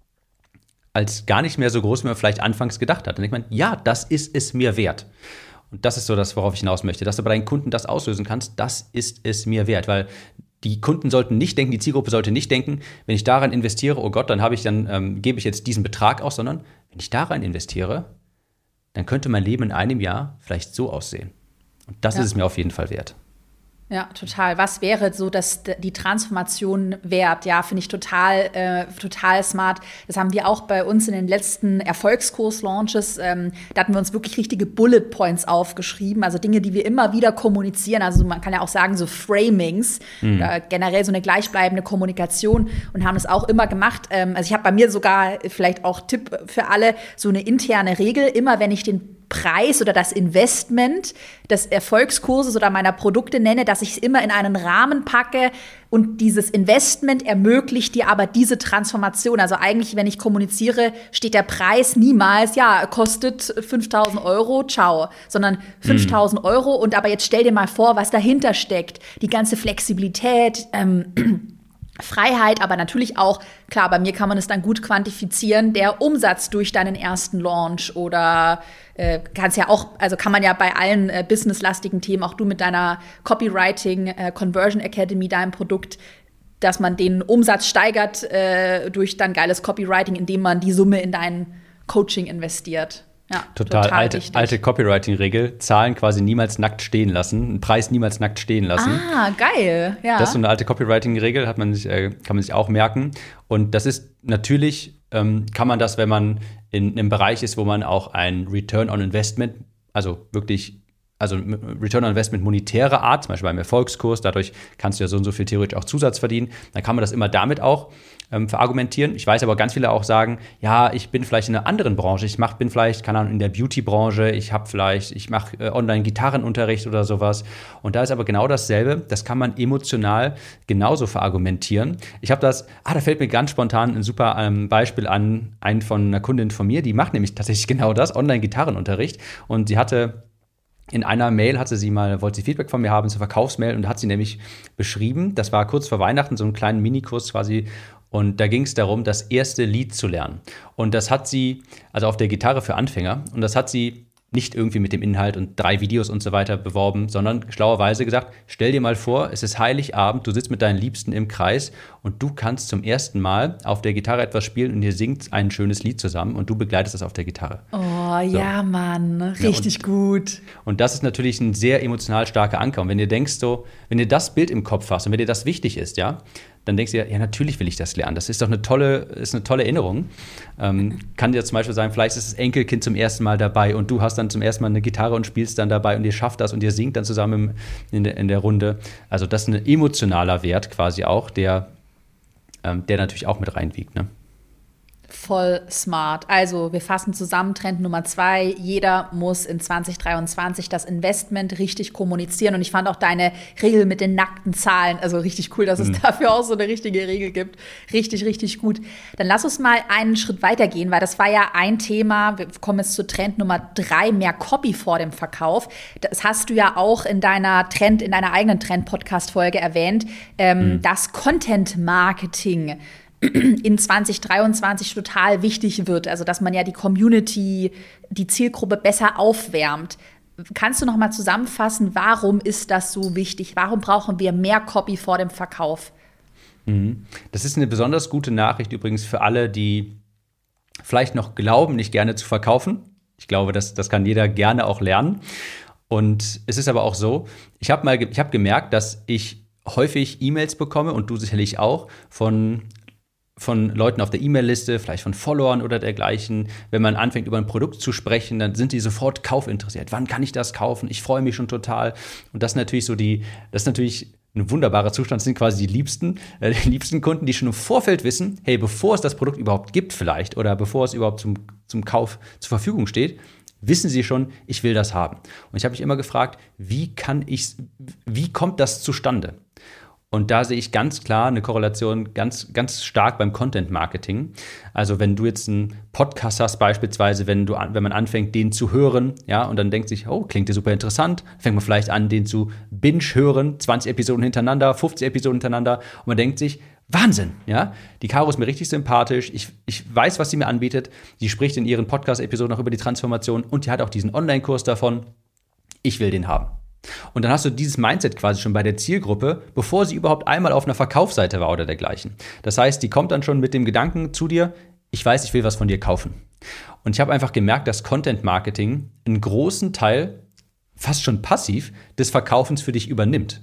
als gar nicht mehr so groß, wie man vielleicht anfangs gedacht hat. Dann denkt man, ja, das ist es mir wert. Und das ist so das, worauf ich hinaus möchte, dass du bei deinen Kunden das auslösen kannst, das ist es mir wert, weil die Kunden sollten nicht denken, die Zielgruppe sollte nicht denken, wenn ich daran investiere, oh Gott, dann habe ich dann ähm, gebe ich jetzt diesen Betrag aus, sondern wenn ich daran investiere, dann könnte mein Leben in einem Jahr vielleicht so aussehen. Und das ja. ist es mir auf jeden Fall wert. Ja, total. Was wäre so dass die Transformation wert? Ja, finde ich total, äh, total smart. Das haben wir auch bei uns in den letzten Erfolgskurs-Launches. Ähm, da hatten wir uns wirklich richtige Bullet Points aufgeschrieben, also Dinge, die wir immer wieder kommunizieren. Also man kann ja auch sagen, so Framings, mhm. oder generell so eine gleichbleibende Kommunikation und haben das auch immer gemacht. Ähm, also ich habe bei mir sogar, vielleicht auch Tipp für alle, so eine interne Regel, immer wenn ich den Preis oder das Investment des Erfolgskurses oder meiner Produkte nenne, dass ich es immer in einen Rahmen packe und dieses Investment ermöglicht dir aber diese Transformation. Also eigentlich, wenn ich kommuniziere, steht der Preis niemals, ja, kostet fünftausend Euro, ciao, sondern fünftausend Euro und aber jetzt stell dir mal vor, was dahinter steckt. Die ganze Flexibilität, ähm, Freiheit, aber natürlich auch, klar, bei mir kann man es dann gut quantifizieren, der Umsatz durch deinen ersten Launch oder äh, kannst ja auch, also kann man ja bei allen äh, businesslastigen Themen, auch du mit deiner Copywriting äh, Conversion Academy, deinem Produkt, dass man den Umsatz steigert äh, durch dann geiles Copywriting, indem man die Summe in dein Coaching investiert. Ja, total, total alte, alte Copywriting-Regel, Zahlen quasi niemals nackt stehen lassen, einen Preis niemals nackt stehen lassen. Ah, geil, ja. Das ist so eine alte Copywriting-Regel, hat man sich, äh, kann man sich auch merken. Und das ist natürlich, ähm, kann man das, wenn man in einem Bereich ist, wo man auch ein Return on Investment, also wirklich, also Return on Investment monetäre Art, zum Beispiel beim Erfolgskurs, dadurch kannst du ja so und so viel theoretisch auch Zusatz verdienen, dann kann man das immer damit auch ähm, verargumentieren. Ich weiß aber, ganz viele auch sagen, ja, ich bin vielleicht in einer anderen Branche, ich mach, bin vielleicht, keine Ahnung, in der Beauty-Branche, ich habe vielleicht, ich mache äh, Online-Gitarrenunterricht oder sowas. Und da ist aber genau dasselbe, das kann man emotional genauso verargumentieren. Ich habe das, ah, da fällt mir ganz spontan ein super ähm, Beispiel an, einen von einer Kundin von mir, die macht nämlich tatsächlich genau das, Online-Gitarrenunterricht. Und sie hatte in einer Mail hatte sie mal, wollte sie Feedback von mir haben zur Verkaufsmail und hat sie nämlich beschrieben, das war kurz vor Weihnachten, so einen kleinen Minikurs quasi, und da ging es darum, das erste Lied zu lernen. Und das hat sie, also auf der Gitarre für Anfänger, und das hat sie nicht irgendwie mit dem Inhalt und drei Videos und so weiter beworben, sondern schlauerweise gesagt, stell dir mal vor, es ist Heiligabend, du sitzt mit deinen Liebsten im Kreis und du kannst zum ersten Mal auf der Gitarre etwas spielen und ihr singt ein schönes Lied zusammen und du begleitest das auf der Gitarre. Oh, so. Ja, Mann, richtig ja, und, gut. Und das ist natürlich ein sehr emotional starker Anker. Und wenn ihr denkst so, wenn ihr das Bild im Kopf hast und wenn dir das wichtig ist, ja, dann denkst du ja, ja, natürlich will ich das lernen. Das ist doch eine tolle, ist eine tolle Erinnerung. Ähm, kann dir zum Beispiel sagen, vielleicht ist das Enkelkind zum ersten Mal dabei und du hast dann zum ersten Mal eine Gitarre und spielst dann dabei und ihr schafft das und ihr singt dann zusammen in der, in der Runde. Also das ist ein emotionaler Wert quasi auch, der, ähm, der natürlich auch mit reinwiegt, ne? Voll smart. Also wir fassen zusammen, Trend Nummer zwei, jeder muss in zwanzig dreiundzwanzig das Investment richtig kommunizieren und ich fand auch deine Regel mit den nackten Zahlen, also richtig cool, dass es mhm. dafür auch so eine richtige Regel gibt. Richtig, richtig gut. Dann lass uns mal einen Schritt weitergehen, weil das war ja ein Thema, wir kommen jetzt zu Trend Nummer drei, mehr Copy vor dem Verkauf. Das hast du ja auch in deiner Trend, in deiner eigenen Trend-Podcast-Folge erwähnt, ähm, mhm. das Content-Marketing in zwanzig dreiundzwanzig total wichtig wird, also dass man ja die Community, die Zielgruppe besser aufwärmt. Kannst du noch mal zusammenfassen, warum ist das so wichtig? Warum brauchen wir mehr Copy vor dem Verkauf? Das ist eine besonders gute Nachricht übrigens für alle, die vielleicht noch glauben, nicht gerne zu verkaufen. Ich glaube, das, das kann jeder gerne auch lernen. Und es ist aber auch so, ich habe mal, ich habe gemerkt, dass ich häufig E-Mails bekomme und du sicherlich auch von von Leuten auf der E-Mail-Liste, vielleicht von Followern oder dergleichen. Wenn man anfängt, über ein Produkt zu sprechen, dann sind die sofort kaufinteressiert. Wann kann ich das kaufen? Ich freue mich schon total. Und das ist natürlich so die, das ist natürlich ein wunderbarer Zustand. Das sind quasi die liebsten, äh, die liebsten Kunden, die schon im Vorfeld wissen, hey, bevor es das Produkt überhaupt gibt vielleicht oder bevor es überhaupt zum, zum Kauf zur Verfügung steht, wissen sie schon, ich will das haben. Und ich habe mich immer gefragt, wie kann ich, wie kommt das zustande? Und da sehe ich ganz klar eine Korrelation ganz, ganz stark beim Content-Marketing. Also wenn du jetzt einen Podcast hast beispielsweise, wenn, du, wenn man anfängt, den zu hören, ja, und dann denkt sich, oh, klingt ja super interessant, fängt man vielleicht an, den zu binge-hören, zwanzig Episoden hintereinander, fünfzig Episoden hintereinander, und man denkt sich, Wahnsinn, ja, die Caro ist mir richtig sympathisch, ich, ich weiß, was sie mir anbietet, sie spricht in ihren Podcast-Episoden auch über die Transformation und die hat auch diesen Online-Kurs davon, ich will den haben. Und dann hast du dieses Mindset quasi schon bei der Zielgruppe, bevor sie überhaupt einmal auf einer Verkaufsseite war oder dergleichen. Das heißt, die kommt dann schon mit dem Gedanken zu dir, ich weiß, ich will was von dir kaufen. Und ich habe einfach gemerkt, dass Content-Marketing einen großen Teil, fast schon passiv, des Verkaufens für dich übernimmt.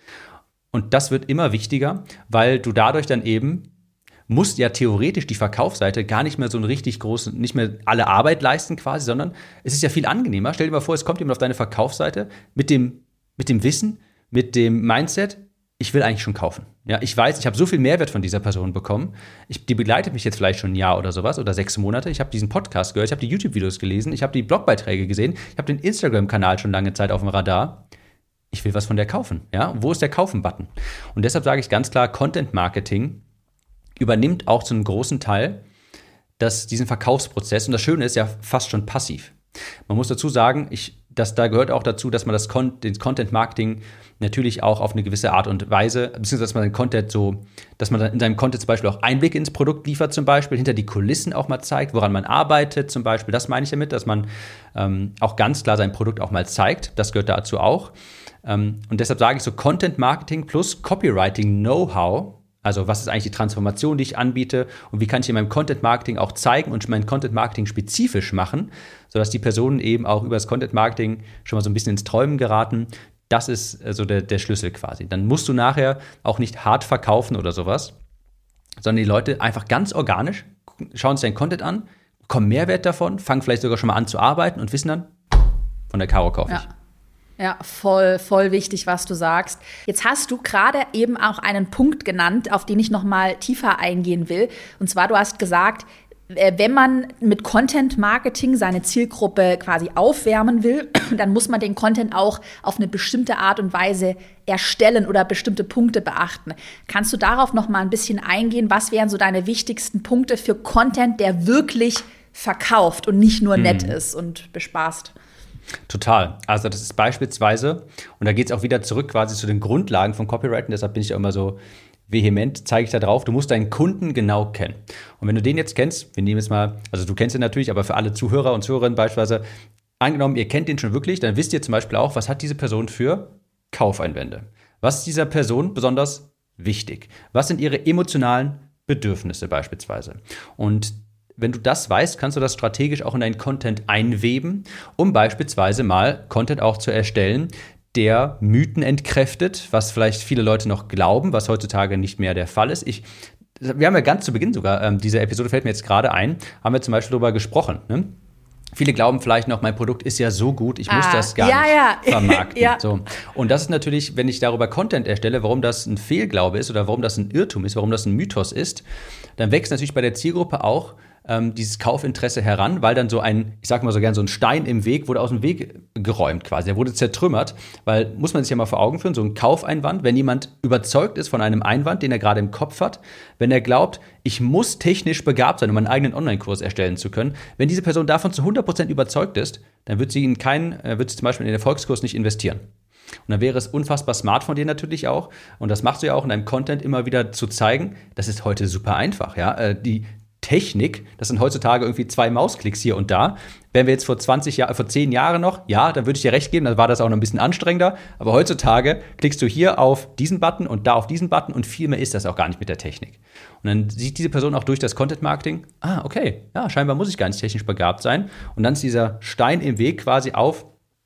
Und das wird immer wichtiger, weil du dadurch dann eben musst ja theoretisch die Verkaufsseite gar nicht mehr so einen richtig großen, nicht mehr alle Arbeit leisten quasi, sondern es ist ja viel angenehmer. Stell dir mal vor, es kommt jemand auf deine Verkaufsseite mit dem, mit dem Wissen, mit dem Mindset, ich will eigentlich schon kaufen. Ja, ich weiß, ich habe so viel Mehrwert von dieser Person bekommen. Ich, die begleitet mich jetzt vielleicht schon ein Jahr oder sowas oder sechs Monate. Ich habe diesen Podcast gehört, ich habe die YouTube-Videos gelesen, ich habe die Blogbeiträge gesehen, ich habe den Instagram-Kanal schon lange Zeit auf dem Radar. Ich will was von der kaufen. Ja, wo ist der Kaufen-Button? Und deshalb sage ich ganz klar, Content-Marketing übernimmt auch zu einem großen Teil das, diesen Verkaufsprozess. Und das Schöne ist ja fast schon passiv. Man muss dazu sagen, ich, dass da gehört auch dazu, dass man das Con- den Content-Marketing natürlich auch auf eine gewisse Art und Weise, beziehungsweise dass man den Content so, dass man in seinem Content zum Beispiel auch Einblick ins Produkt liefert, zum Beispiel, hinter die Kulissen auch mal zeigt, woran man arbeitet, zum Beispiel. Das meine ich damit, dass man ähm, auch ganz klar sein Produkt auch mal zeigt. Das gehört dazu auch. Ähm, und deshalb sage ich so, Content-Marketing plus Copywriting-Know-how. Also was ist eigentlich die Transformation, die ich anbiete und wie kann ich in meinem Content-Marketing auch zeigen und mein Content-Marketing spezifisch machen, sodass die Personen eben auch über das Content-Marketing schon mal so ein bisschen ins Träumen geraten. Das ist also der, der Schlüssel quasi. Dann musst du nachher auch nicht hart verkaufen oder sowas, sondern die Leute einfach ganz organisch schauen sich deinen Content an, bekommen Mehrwert davon, fangen vielleicht sogar schon mal an zu arbeiten und wissen dann, von der Caro kaufe ich. Ja. Ja, voll, voll wichtig, was du sagst. Jetzt hast du gerade eben auch einen Punkt genannt, auf den ich noch mal tiefer eingehen will. Und zwar, du hast gesagt, wenn man mit Content-Marketing seine Zielgruppe quasi aufwärmen will, dann muss man den Content auch auf eine bestimmte Art und Weise erstellen oder bestimmte Punkte beachten. Kannst du darauf noch mal ein bisschen eingehen? Was wären so deine wichtigsten Punkte für Content, der wirklich verkauft und nicht nur nett hm. ist und bespaßt? Total. Also das ist beispielsweise, und da geht es auch wieder zurück quasi zu den Grundlagen von Copywriting, deshalb bin ich ja immer so vehement, zeige ich da drauf, du musst deinen Kunden genau kennen. Und wenn du den jetzt kennst, wir nehmen jetzt mal, also du kennst ihn natürlich, aber für alle Zuhörer und Zuhörerinnen beispielsweise, angenommen, ihr kennt den schon wirklich, dann wisst ihr zum Beispiel auch, was hat diese Person für Kaufeinwände? Was ist dieser Person besonders wichtig? Was sind ihre emotionalen Bedürfnisse beispielsweise? Und wenn du das weißt, kannst du das strategisch auch in deinen Content einweben, um beispielsweise mal Content auch zu erstellen, der Mythen entkräftet, was vielleicht viele Leute noch glauben, was heutzutage nicht mehr der Fall ist. Ich, wir haben ja ganz zu Beginn sogar, ähm, diese Episode fällt mir jetzt gerade ein, haben wir zum Beispiel darüber gesprochen, ne? Viele glauben vielleicht noch, mein Produkt ist ja so gut, ich ah, muss das gar ja, nicht ja. vermarkten. ja. So. Und das ist natürlich, wenn ich darüber Content erstelle, warum das ein Fehlglaube ist oder warum das ein Irrtum ist, warum das ein Mythos ist, dann wächst natürlich bei der Zielgruppe auch ähm, dieses Kaufinteresse heran, weil dann so ein, ich sag mal so gern, so ein Stein im Weg wurde aus dem Weg geräumt quasi. Der wurde zertrümmert, weil, muss man sich ja mal vor Augen führen, so ein Kaufeinwand, wenn jemand überzeugt ist von einem Einwand, den er gerade im Kopf hat, wenn er glaubt, ich muss technisch begabt sein, um einen eigenen Online-Kurs erstellen zu können, wenn diese Person davon zu hundert Prozent überzeugt ist, dann wird sie in keinen, äh, wird sie zum Beispiel in den Erfolgskurs nicht investieren. Und dann wäre es unfassbar smart von dir natürlich auch, und das machst du ja auch in deinem Content immer wieder zu zeigen, das ist heute super einfach, ja, äh, die Technik, das sind heutzutage irgendwie zwei Mausklicks hier und da. Wären wir jetzt vor zwanzig Jahren, vor zehn Jahren noch, ja, dann würde ich dir recht geben, dann war das auch noch ein bisschen anstrengender. Aber heutzutage klickst du hier auf diesen Button und da auf diesen Button und viel mehr ist das auch gar nicht mit der Technik. Und dann sieht diese Person auch durch das Content-Marketing, ah, okay, ja, scheinbar muss ich gar nicht technisch begabt sein. Und dann ist dieser Stein im Weg quasi auf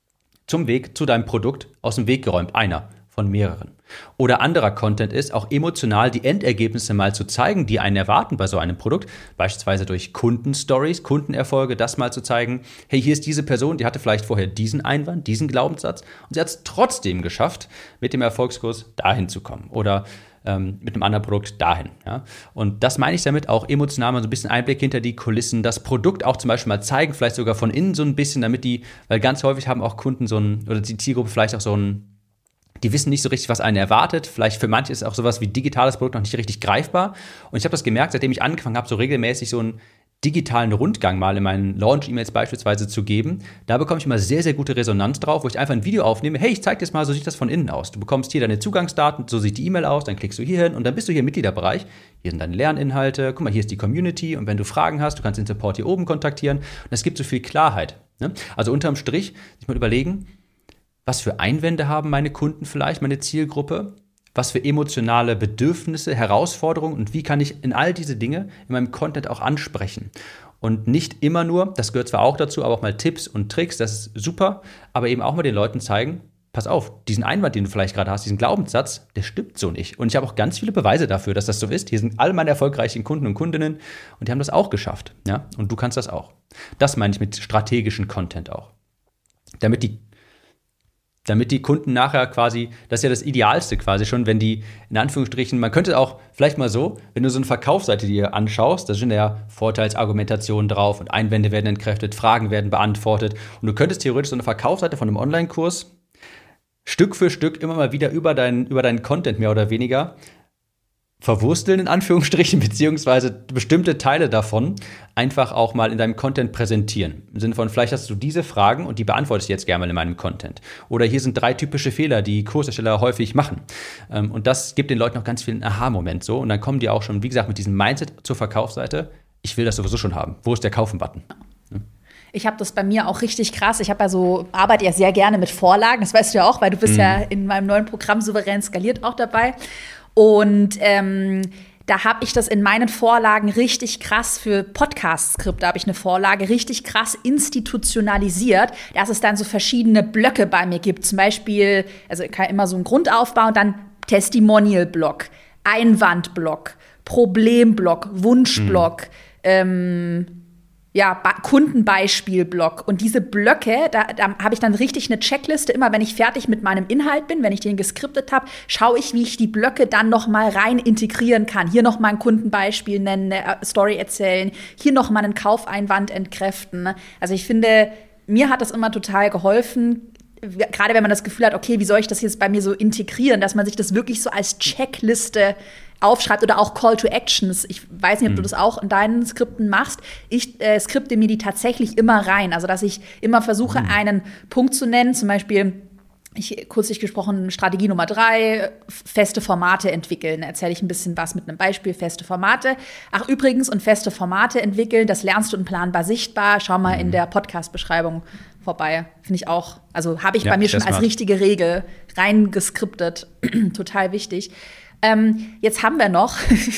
zum Weg zu deinem Produkt aus dem Weg geräumt, einer von mehreren. Oder anderer Content ist, auch emotional die Endergebnisse mal zu zeigen, die einen erwarten bei so einem Produkt, beispielsweise durch Kundenstories, Kundenerfolge, das mal zu zeigen, hey, hier ist diese Person, die hatte vielleicht vorher diesen Einwand, diesen Glaubenssatz und sie hat es trotzdem geschafft, mit dem Erfolgskurs dahin zu kommen. Oder ähm, mit einem anderen Produkt dahin. Ja? Und das meine ich damit auch emotional mal so ein bisschen Einblick hinter die Kulissen, das Produkt auch zum Beispiel mal zeigen, vielleicht sogar von innen so ein bisschen, damit die, weil ganz häufig haben auch Kunden so ein, oder die Zielgruppe vielleicht auch so ein, die wissen nicht so richtig, was einen erwartet. Vielleicht für manche ist auch sowas wie digitales Produkt noch nicht richtig greifbar. Und ich habe das gemerkt, seitdem ich angefangen habe, so regelmäßig so einen digitalen Rundgang mal in meinen Launch-E-Mails beispielsweise zu geben. Da bekomme ich immer sehr, sehr gute Resonanz drauf, wo ich einfach ein Video aufnehme. Hey, ich zeige dir das mal, so sieht das von innen aus. Du bekommst hier deine Zugangsdaten, so sieht die E-Mail aus, dann klickst du hier hin und dann bist du hier im Mitgliederbereich. Hier sind deine Lerninhalte, guck mal, hier ist die Community und wenn du Fragen hast, du kannst den Support hier oben kontaktieren. Und es gibt so viel Klarheit. Ne? Also unterm Strich, sich mal überlegen, was für Einwände haben meine Kunden vielleicht, meine Zielgruppe? Was für emotionale Bedürfnisse, Herausforderungen und wie kann ich in all diese Dinge in meinem Content auch ansprechen? Und nicht immer nur, das gehört zwar auch dazu, aber auch mal Tipps und Tricks, das ist super, aber eben auch mal den Leuten zeigen, pass auf, diesen Einwand, den du vielleicht gerade hast, diesen Glaubenssatz, der stimmt so nicht. Und ich habe auch ganz viele Beweise dafür, dass das so ist. Hier sind all meine erfolgreichen Kunden und Kundinnen und die haben das auch geschafft. Ja? Und du kannst das auch. Das meine ich mit strategischen Content auch. Damit die Damit die Kunden nachher quasi, das ist ja das Idealste quasi schon, wenn die, in Anführungsstrichen, man könnte auch vielleicht mal so, wenn du so eine Verkaufsseite dir anschaust, da sind ja Vorteilsargumentationen drauf und Einwände werden entkräftet, Fragen werden beantwortet und du könntest theoretisch so eine Verkaufsseite von einem Online-Kurs Stück für Stück immer mal wieder über deinen, über deinen Content mehr oder weniger verwursteln, in Anführungsstrichen, beziehungsweise bestimmte Teile davon einfach auch mal in deinem Content präsentieren. Im Sinne von, vielleicht hast du diese Fragen und die beantworte ich jetzt gerne mal in meinem Content. Oder hier sind drei typische Fehler, die Kursersteller häufig machen. Und das gibt den Leuten noch ganz viel einen Aha-Moment so. Und dann kommen die auch schon, wie gesagt, mit diesem Mindset zur Verkaufsseite. Ich will das sowieso schon haben. Wo ist der Kaufen-Button? Ich habe das bei mir auch richtig krass. Ich habe ja so, arbeite ja sehr gerne mit Vorlagen. Das weißt du ja auch, weil du bist mhm. ja in meinem neuen Programm Souverän skaliert auch dabei. Und ähm, da habe ich das in meinen Vorlagen richtig krass für Podcast-Skripte, habe ich eine Vorlage richtig krass institutionalisiert, dass es dann so verschiedene Blöcke bei mir gibt. Zum Beispiel, also ich kann immer so einen Grundaufbau und dann Testimonial-Block, Einwand-Block, Problem-Block, Wunsch-Block, mhm. ähm, ja, ba- Kundenbeispiel-Block. Und diese Blöcke, da, da habe ich dann richtig eine Checkliste. Immer wenn ich fertig mit meinem Inhalt bin, wenn ich den geskriptet habe, schaue ich, wie ich die Blöcke dann noch mal rein integrieren kann. Hier noch mal ein Kundenbeispiel nennen, eine Story erzählen, hier noch mal einen Kaufeinwand entkräften. Also ich finde, mir hat das immer total geholfen, gerade wenn man das Gefühl hat, okay, wie soll ich das jetzt bei mir so integrieren, dass man sich das wirklich so als Checkliste aufschreibt oder auch Call to Actions. Ich weiß nicht, ob du das auch in deinen Skripten machst. Ich äh, skripte mir die tatsächlich immer rein. Also, dass ich immer versuche, mhm. einen Punkt zu nennen. Zum Beispiel, ich kürzlich gesprochen, Strategie Nummer drei, feste Formate entwickeln. Da erzähle ich ein bisschen was mit einem Beispiel, feste Formate. Ach, übrigens, und feste Formate entwickeln, das lernst du in Planbar sichtbar. Schau mal mhm. in der Podcast-Beschreibung vorbei. Finde ich auch, also habe ich ja, bei mir schon als richtige Regel reingeskriptet. Total wichtig. Ähm, jetzt haben wir noch,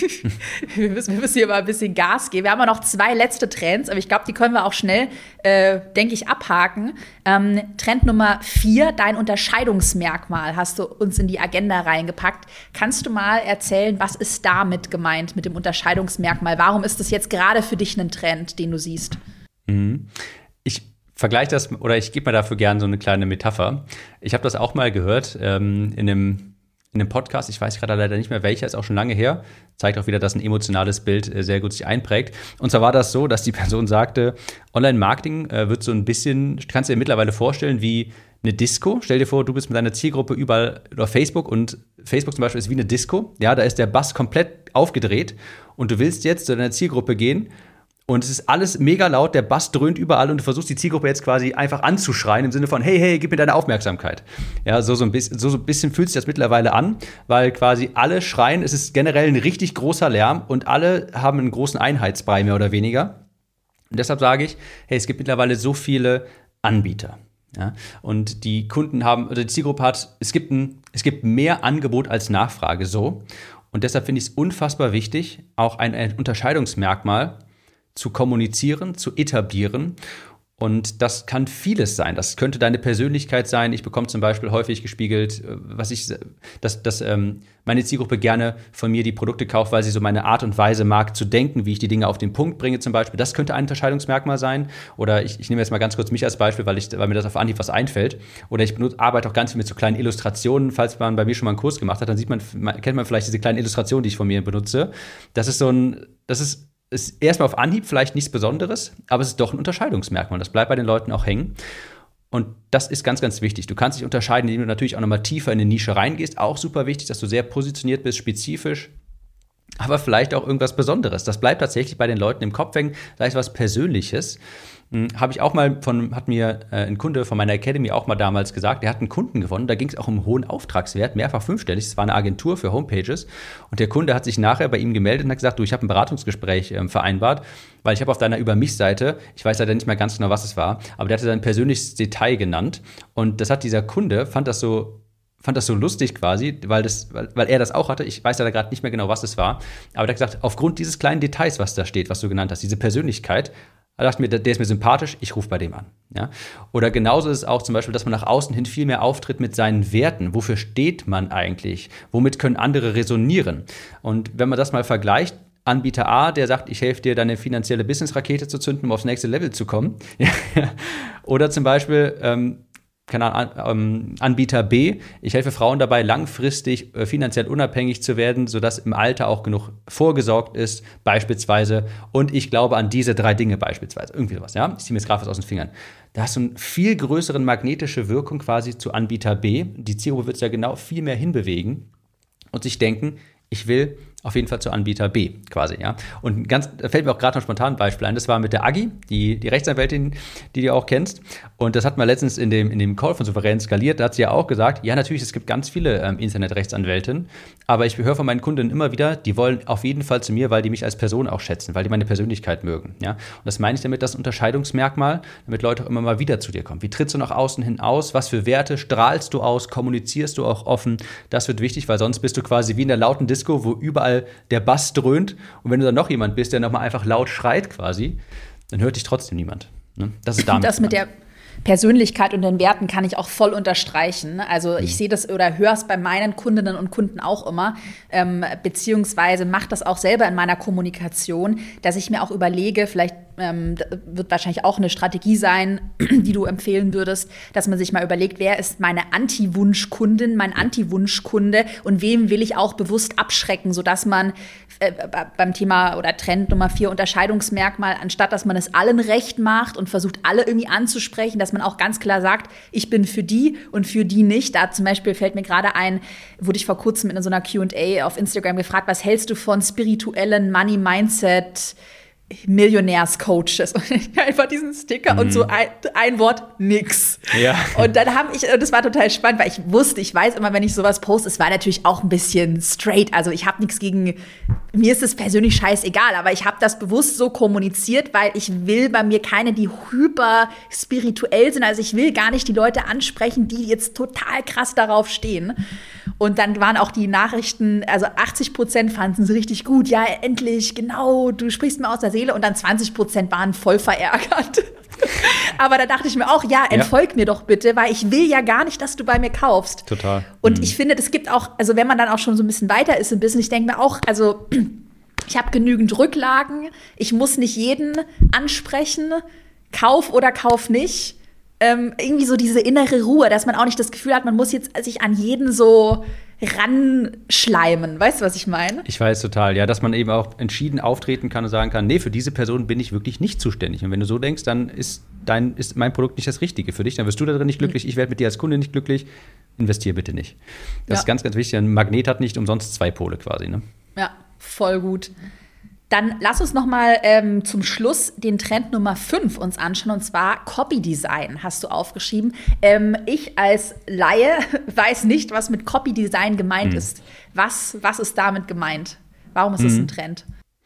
wir, müssen, wir müssen hier mal ein bisschen Gas geben. Wir haben ja noch zwei letzte Trends, aber ich glaube, die können wir auch schnell, äh, denke ich, abhaken. Ähm, Trend Nummer vier, dein Unterscheidungsmerkmal, hast du uns in die Agenda reingepackt. Kannst du mal erzählen, was ist damit gemeint mit dem Unterscheidungsmerkmal? Warum ist das jetzt gerade für dich ein Trend, den du siehst? Mhm. Ich vergleiche das, oder ich gebe mir dafür gerne so eine kleine Metapher. Ich habe das auch mal gehört ähm, in einem in einem Podcast, ich weiß gerade leider nicht mehr welcher, ist auch schon lange her, zeigt auch wieder, dass ein emotionales Bild äh, sehr gut sich einprägt. Und zwar war das so, dass die Person sagte, Online-Marketing äh, wird so ein bisschen, kannst du dir mittlerweile vorstellen, wie eine Disco. Stell dir vor, du bist mit deiner Zielgruppe überall auf Facebook und Facebook zum Beispiel ist wie eine Disco. Ja, da ist der Bass komplett aufgedreht und du willst jetzt zu deiner Zielgruppe gehen und es ist alles mega laut, der Bass dröhnt überall und du versuchst die Zielgruppe jetzt quasi einfach anzuschreien im Sinne von, hey, hey, gib mir deine Aufmerksamkeit. Ja, so, so, ein bisschen, so, so ein bisschen fühlt sich das mittlerweile an, weil quasi alle schreien, es ist generell ein richtig großer Lärm und alle haben einen großen Einheitsbrei mehr oder weniger. Und deshalb sage ich, hey, es gibt mittlerweile so viele Anbieter. Ja, und die Kunden haben, oder die Zielgruppe hat, es gibt, ein, es gibt mehr Angebot als Nachfrage so. Und deshalb finde ich es unfassbar wichtig, auch ein, ein Unterscheidungsmerkmal zu kommunizieren, zu etablieren Und das kann vieles sein. Das könnte deine Persönlichkeit sein. Ich bekomme zum Beispiel häufig gespiegelt, was ich, dass, dass ähm, meine Zielgruppe gerne von mir die Produkte kauft, weil sie so meine Art und Weise mag zu denken, wie ich die Dinge auf den Punkt bringe zum Beispiel. Das könnte ein Unterscheidungsmerkmal sein. Oder ich, ich nehme jetzt mal ganz kurz mich als Beispiel, weil, ich, weil mir das auf Anhieb was einfällt. Oder ich benutze, arbeite auch ganz viel mit so kleinen Illustrationen. Falls man bei mir schon mal einen Kurs gemacht hat, dann sieht man, kennt man vielleicht diese kleinen Illustrationen, die ich von mir benutze. Das ist so ein, das ist ist erstmal auf Anhieb vielleicht nichts Besonderes, aber es ist doch ein Unterscheidungsmerkmal. Das bleibt bei den Leuten auch hängen. Und das ist ganz, ganz wichtig. Du kannst dich unterscheiden, indem du natürlich auch nochmal tiefer in eine Nische reingehst. Auch super wichtig, dass du sehr positioniert bist, spezifisch. Aber vielleicht auch irgendwas Besonderes. Das bleibt tatsächlich bei den Leuten im Kopf hängen. Sei es was Persönliches. Hm, habe ich auch mal von, hat mir äh, ein Kunde von meiner Academy auch mal damals gesagt, der hat einen Kunden gewonnen, da ging es auch um einen hohen Auftragswert, mehrfach fünfstellig, das war eine Agentur für Homepages und der Kunde hat sich nachher bei ihm gemeldet und hat gesagt, du, ich habe ein Beratungsgespräch ähm, vereinbart, weil ich habe auf deiner Über-mich-Seite, ich weiß leider nicht mehr ganz genau, was es war, aber der hatte sein persönliches Detail genannt und das hat dieser Kunde, fand das so fand das so lustig quasi, weil, das, weil, weil er das auch hatte. Ich weiß ja gerade nicht mehr genau, was es war. Aber der hat gesagt, aufgrund dieses kleinen Details, was da steht, was du genannt hast, diese Persönlichkeit, da dachte ich mir, der ist mir sympathisch, ich rufe bei dem an. Ja? Oder genauso ist es auch zum Beispiel, dass man nach außen hin viel mehr auftritt mit seinen Werten. Wofür steht man eigentlich? Womit können andere resonieren? Und wenn man das mal vergleicht, Anbieter A, der sagt, ich helfe dir, deine finanzielle Business-Rakete zu zünden, um aufs nächste Level zu kommen. Oder zum Beispiel ähm, keine Ahnung, Anbieter B, ich helfe Frauen dabei, langfristig äh, finanziell unabhängig zu werden, sodass im Alter auch genug vorgesorgt ist, beispielsweise. Und ich glaube an diese drei Dinge beispielsweise. Irgendwie sowas, ja? Ich ziehe mir jetzt gerade was aus den Fingern. Da hast du eine viel größere magnetische Wirkung quasi zu Anbieter B. Die Zielgruppe wird es ja genau viel mehr hinbewegen und sich denken, ich will auf jeden Fall zu Anbieter B quasi, ja. Und ganz, da fällt mir auch gerade noch spontan ein Beispiel ein, das war mit der Agi, die, die Rechtsanwältin, die du auch kennst. Und das hat man letztens in dem, in dem Call von Souverän skaliert, da hat sie ja auch gesagt, ja natürlich, es gibt ganz viele ähm, Internetrechtsanwältinnen, aber ich höre von meinen Kunden immer wieder, die wollen auf jeden Fall zu mir, weil die mich als Person auch schätzen, weil die meine Persönlichkeit mögen, ja. Und das meine ich damit, das Unterscheidungsmerkmal, damit Leute auch immer mal wieder zu dir kommen. Wie trittst du nach außen hin aus? Was für Werte strahlst du aus? Kommunizierst du auch offen? Das wird wichtig, weil sonst bist du quasi wie in der lauten Disco, wo überall der Bass dröhnt und wenn du dann noch jemand bist, der nochmal einfach laut schreit quasi, dann hört dich trotzdem niemand. Ne? Das ist damit. Das mit der Persönlichkeit und den Werten kann ich auch voll unterstreichen. Also ich sehe das oder höre es bei meinen Kundinnen und Kunden auch immer, ähm, beziehungsweise mache das auch selber in meiner Kommunikation, dass ich mir auch überlege, vielleicht ähm, wird wahrscheinlich auch eine Strategie sein, die du empfehlen würdest, dass man sich mal überlegt, wer ist meine Anti-Wunsch-Kundin, mein Anti-Wunsch-Kunde und wem will ich auch bewusst abschrecken, sodass man äh, beim Thema oder Trend Nummer vier Unterscheidungsmerkmal, anstatt dass man es allen recht macht und versucht, alle irgendwie anzusprechen, dass man auch ganz klar sagt, ich bin für die und für die nicht. Da zum Beispiel fällt mir gerade ein, wurde ich vor kurzem in so einer Q und A auf Instagram gefragt, was hältst du von spirituellen Money-Mindset Millionärscoaches und einfach diesen Sticker mhm. und so ein, ein Wort, nix. Ja. Und dann habe ich, und das war total spannend, weil ich wusste, ich weiß immer, wenn ich sowas poste, es war natürlich auch ein bisschen straight, also ich habe nichts gegen, mir ist es persönlich scheißegal, aber ich habe das bewusst so kommuniziert, weil ich will bei mir keine, die hyper spirituell sind, also ich will gar nicht die Leute ansprechen, die jetzt total krass darauf stehen. Und dann waren auch die Nachrichten, also achtzig Prozent fanden es richtig gut, ja, endlich, genau, du sprichst mir aus der Seele, und dann zwanzig Prozent waren voll verärgert. Aber da dachte ich mir auch, ja, entfolg ja. mir doch bitte, weil ich will ja gar nicht, dass du bei mir kaufst. Total. Und mhm. ich finde, es gibt auch, also wenn man dann auch schon so ein bisschen weiter ist im Business, ich denke mir auch, also ich habe genügend Rücklagen, ich muss nicht jeden ansprechen, kauf oder kauf nicht. Ähm, irgendwie so diese innere Ruhe, dass man auch nicht das Gefühl hat, man muss jetzt sich an jeden so ranschleimen. Weißt du, was ich meine? Ich weiß total, ja, dass man eben auch entschieden auftreten kann und sagen kann, nee, für diese Person bin ich wirklich nicht zuständig. Und wenn du so denkst, dann ist, dein, ist mein Produkt nicht das Richtige für dich. Dann wirst du da drin nicht glücklich, mhm. ich werde mit dir als Kunde nicht glücklich. Investier bitte nicht. Das ja. ist ganz, ganz wichtig. Ein Magnet hat nicht umsonst zwei Pole quasi. Ne? Ja, voll gut. Dann lass uns noch mal ähm, zum Schluss den Trend Nummer fünf uns anschauen, und zwar Copy Design, hast du aufgeschrieben. Ähm, ich als Laie weiß nicht, was mit Copy Design gemeint mhm. ist. Was, was ist damit gemeint? Warum ist es mhm. ein Trend?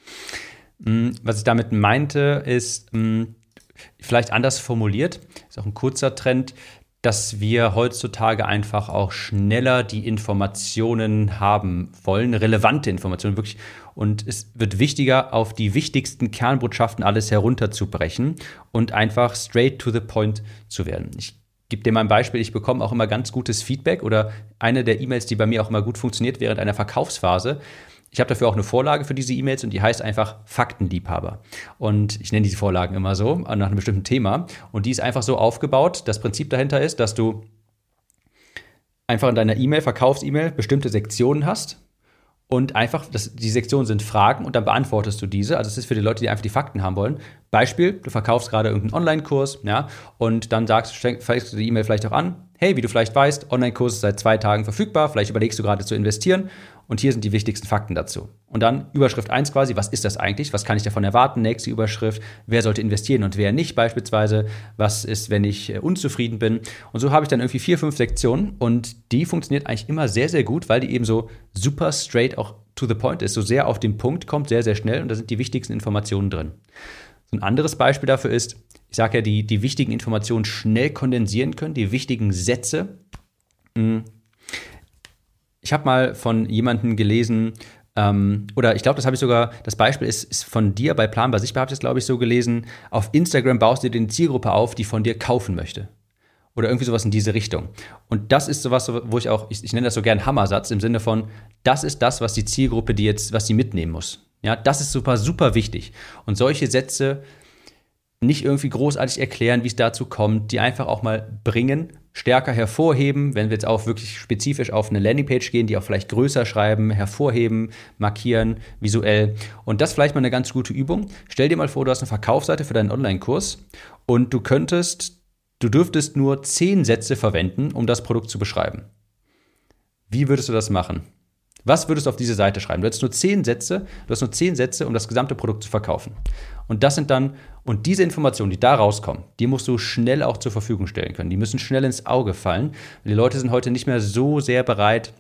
Was ich damit meinte, ist mh, vielleicht anders formuliert, ist auch ein kurzer Trend, dass wir heutzutage einfach auch schneller die Informationen haben wollen, relevante Informationen wirklich. Und es wird wichtiger, auf die wichtigsten Kernbotschaften alles herunterzubrechen und einfach straight to the point zu werden. Ich gebe dir mal ein Beispiel. Ich bekomme auch immer ganz gutes Feedback oder eine der E-Mails, die bei mir auch immer gut funktioniert während einer Verkaufsphase. Ich habe dafür auch eine Vorlage für diese E-Mails und die heißt einfach Faktenliebhaber. Und ich nenne diese Vorlagen immer so, nach einem bestimmten Thema. Und die ist einfach so aufgebaut. Das Prinzip dahinter ist, dass du einfach in deiner E-Mail, Verkaufs-E-Mail, bestimmte Sektionen hast. Und einfach, das, die Sektionen sind Fragen und dann beantwortest du diese. Also es ist für die Leute, die einfach die Fakten haben wollen. Beispiel, du verkaufst gerade irgendeinen Online-Kurs, ja, und dann sagst, fängst du die E-Mail vielleicht auch an. Hey, wie du vielleicht weißt, Online-Kurs ist seit zwei Tagen verfügbar. Vielleicht überlegst du gerade zu investieren. Und hier sind die wichtigsten Fakten dazu. Und dann Überschrift eins quasi, was ist das eigentlich? Was kann ich davon erwarten? Nächste Überschrift, wer sollte investieren und wer nicht beispielsweise? Was ist, wenn ich unzufrieden bin? Und so habe ich dann irgendwie vier, fünf Sektionen und die funktioniert eigentlich immer sehr, sehr gut, weil die eben so super straight auch to the point ist, so sehr auf den Punkt kommt, sehr, sehr schnell und da sind die wichtigsten Informationen drin. So ein anderes Beispiel dafür ist, ich sage ja, die, die wichtigen Informationen schnell kondensieren können, die wichtigen Sätze. Ich habe mal von jemandem gelesen, ähm, oder ich glaube, das habe ich sogar, das Beispiel ist, ist von dir bei Planbar Sichtbar, habe ich das, glaube ich, so gelesen. Auf Instagram baust du dir eine Zielgruppe auf, die von dir kaufen möchte. Oder irgendwie sowas in diese Richtung. Und das ist sowas, wo ich auch, ich, ich nenne das so gern Hammersatz, im Sinne von, das ist das, was die Zielgruppe, die jetzt, was sie mitnehmen muss. Ja, das ist super, super wichtig. Und solche Sätze nicht irgendwie großartig erklären, wie es dazu kommt, die einfach auch mal bringen, stärker hervorheben, wenn wir jetzt auch wirklich spezifisch auf eine Landingpage gehen, die auch vielleicht größer schreiben, hervorheben, markieren, visuell. Und das ist vielleicht mal eine ganz gute Übung. Stell dir mal vor, du hast eine Verkaufsseite für deinen Online-Kurs und du könntest, du dürftest nur zehn Sätze verwenden, um das Produkt zu beschreiben. Wie würdest du das machen? Was würdest du auf diese Seite schreiben? Du hättest nur zehn Sätze, du hast nur zehn Sätze, um das gesamte Produkt zu verkaufen. Und das sind dann, und diese Informationen, die da rauskommen, die musst du schnell auch zur Verfügung stellen können. Die müssen schnell ins Auge fallen. Die Leute sind heute nicht mehr so sehr bereit,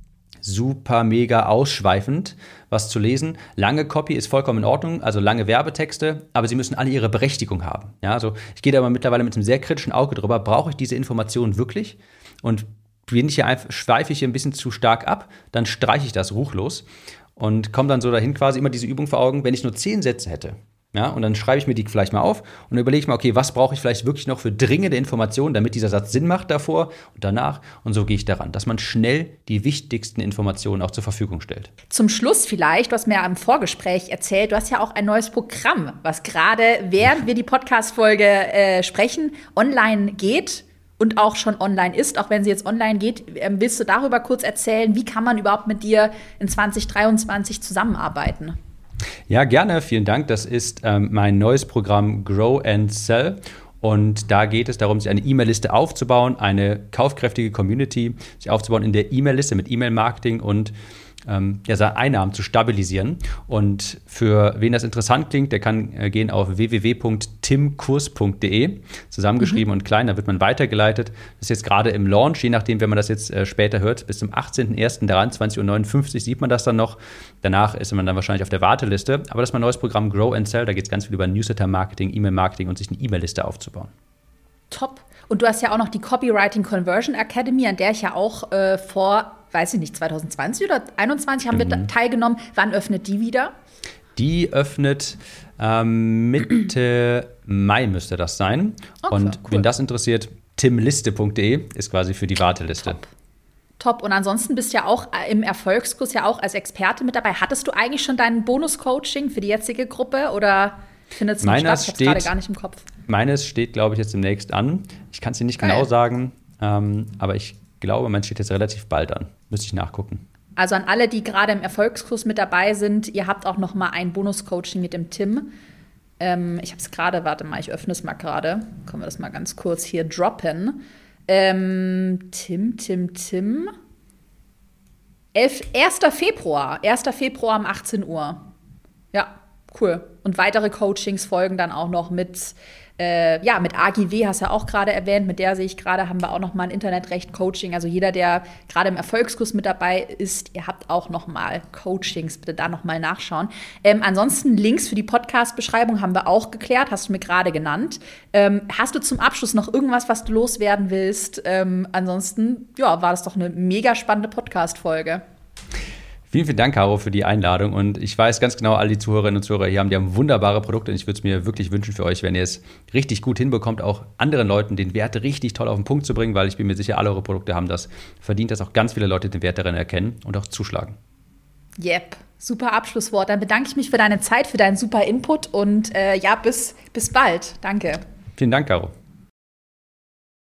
super mega ausschweifend was zu lesen. Lange Copy ist vollkommen in Ordnung, also lange Werbetexte, aber sie müssen alle ihre Berechtigung haben. Ja, also ich gehe da aber mittlerweile mit einem sehr kritischen Auge drüber. Brauche ich diese Informationen wirklich? Und bin ich hier einfach, schweife ich hier ein bisschen zu stark ab, dann streiche ich das ruchlos und komme dann so dahin, quasi immer diese Übung vor Augen, wenn ich nur zehn Sätze hätte. Ja, und dann schreibe ich mir die vielleicht mal auf und dann überlege ich mal, okay, was brauche ich vielleicht wirklich noch für dringende Informationen, damit dieser Satz Sinn macht davor und danach. Und so gehe ich daran, dass man schnell die wichtigsten Informationen auch zur Verfügung stellt. Zum Schluss vielleicht, du hast mir im Vorgespräch erzählt, du hast ja auch ein neues Programm, was gerade, während wir die Podcast-Folge äh, sprechen, online geht. Und auch schon online ist, auch wenn sie jetzt online geht. Willst du darüber kurz erzählen, wie kann man überhaupt mit dir in zwanzig dreiundzwanzig zusammenarbeiten? Ja, gerne, vielen Dank. Das ist ähm, mein neues Programm Grow and Sell. Und da geht es darum, sich eine E-Mail-Liste aufzubauen, eine kaufkräftige Community sich aufzubauen in der E-Mail-Liste mit E-Mail-Marketing und ähm, ja, seine Einnahmen zu stabilisieren. Und für wen das interessant klingt, der kann äh, gehen auf w w w punkt timkurs punkt d e, zusammengeschrieben mhm. und klein, da wird man weitergeleitet. Das ist jetzt gerade im Launch, je nachdem, wenn man das jetzt äh, später hört, bis zum achtzehnten ersten dreiundzwanzig Uhr neunundfünfzig sieht man das dann noch. Danach ist man dann wahrscheinlich auf der Warteliste. Aber das ist mein neues Programm Grow and Sell, da geht es ganz viel über Newsletter-Marketing, E-Mail-Marketing und sich eine E-Mail-Liste aufzubauen. Top. Und du hast ja auch noch die Copywriting Conversion Academy, an der ich ja auch äh, vor, weiß ich nicht, zwanzig zwanzig oder einundzwanzig haben mhm. wir teilgenommen. Wann öffnet die wieder? Die öffnet ähm, Mitte Mai müsste das sein. Okay, und cool. Wenn das interessiert, timliste punkt d e ist quasi für die Warteliste. Top. Top. Und ansonsten bist du ja auch im Erfolgskurs ja auch als Experte mit dabei. Hattest du eigentlich schon dein Bonus-Coaching für die jetzige Gruppe oder findet es noch statt? Ich habe es gerade gar nicht im Kopf. Meines steht, glaube ich, jetzt demnächst an. Ich kann es dir nicht Geil. genau sagen, ähm, aber ich glaube, meins steht jetzt relativ bald an. Müsste ich nachgucken. Also an alle, die gerade im Erfolgskurs mit dabei sind, ihr habt auch noch mal ein Bonus-Coaching mit dem Tim. Ähm, ich habe es gerade, warte mal, ich öffne es mal gerade. Können wir das mal ganz kurz hier droppen. Ähm, Tim, Tim, Tim. erster Februar. erster Februar um achtzehn Uhr. Ja, Cool. Und weitere Coachings folgen dann auch noch mit, äh, ja, mit A G W, hast du ja auch gerade erwähnt, mit der sehe ich gerade, haben wir auch noch mal ein Internetrecht-Coaching. Also jeder, der gerade im Erfolgskurs mit dabei ist, ihr habt auch noch mal Coachings, bitte da noch mal nachschauen. Ähm, ansonsten Links für die Podcast-Beschreibung haben wir auch geklärt, hast du mir gerade genannt. Ähm, hast du zum Abschluss noch irgendwas, was du loswerden willst? Ähm, ansonsten, ja, war das doch eine mega spannende Podcast-Folge. Vielen, vielen Dank, Caro, für die Einladung. Und ich weiß ganz genau, all die Zuhörerinnen und Zuhörer hier haben, die haben wunderbare Produkte. Und ich würde es mir wirklich wünschen für euch, wenn ihr es richtig gut hinbekommt, auch anderen Leuten den Wert richtig toll auf den Punkt zu bringen, weil ich bin mir sicher, alle eure Produkte haben das verdient, dass auch ganz viele Leute den Wert darin erkennen und auch zuschlagen. Yep, super Abschlusswort. Dann bedanke ich mich für deine Zeit, für deinen super Input und äh, ja, bis, bis bald. Danke. Vielen Dank, Caro.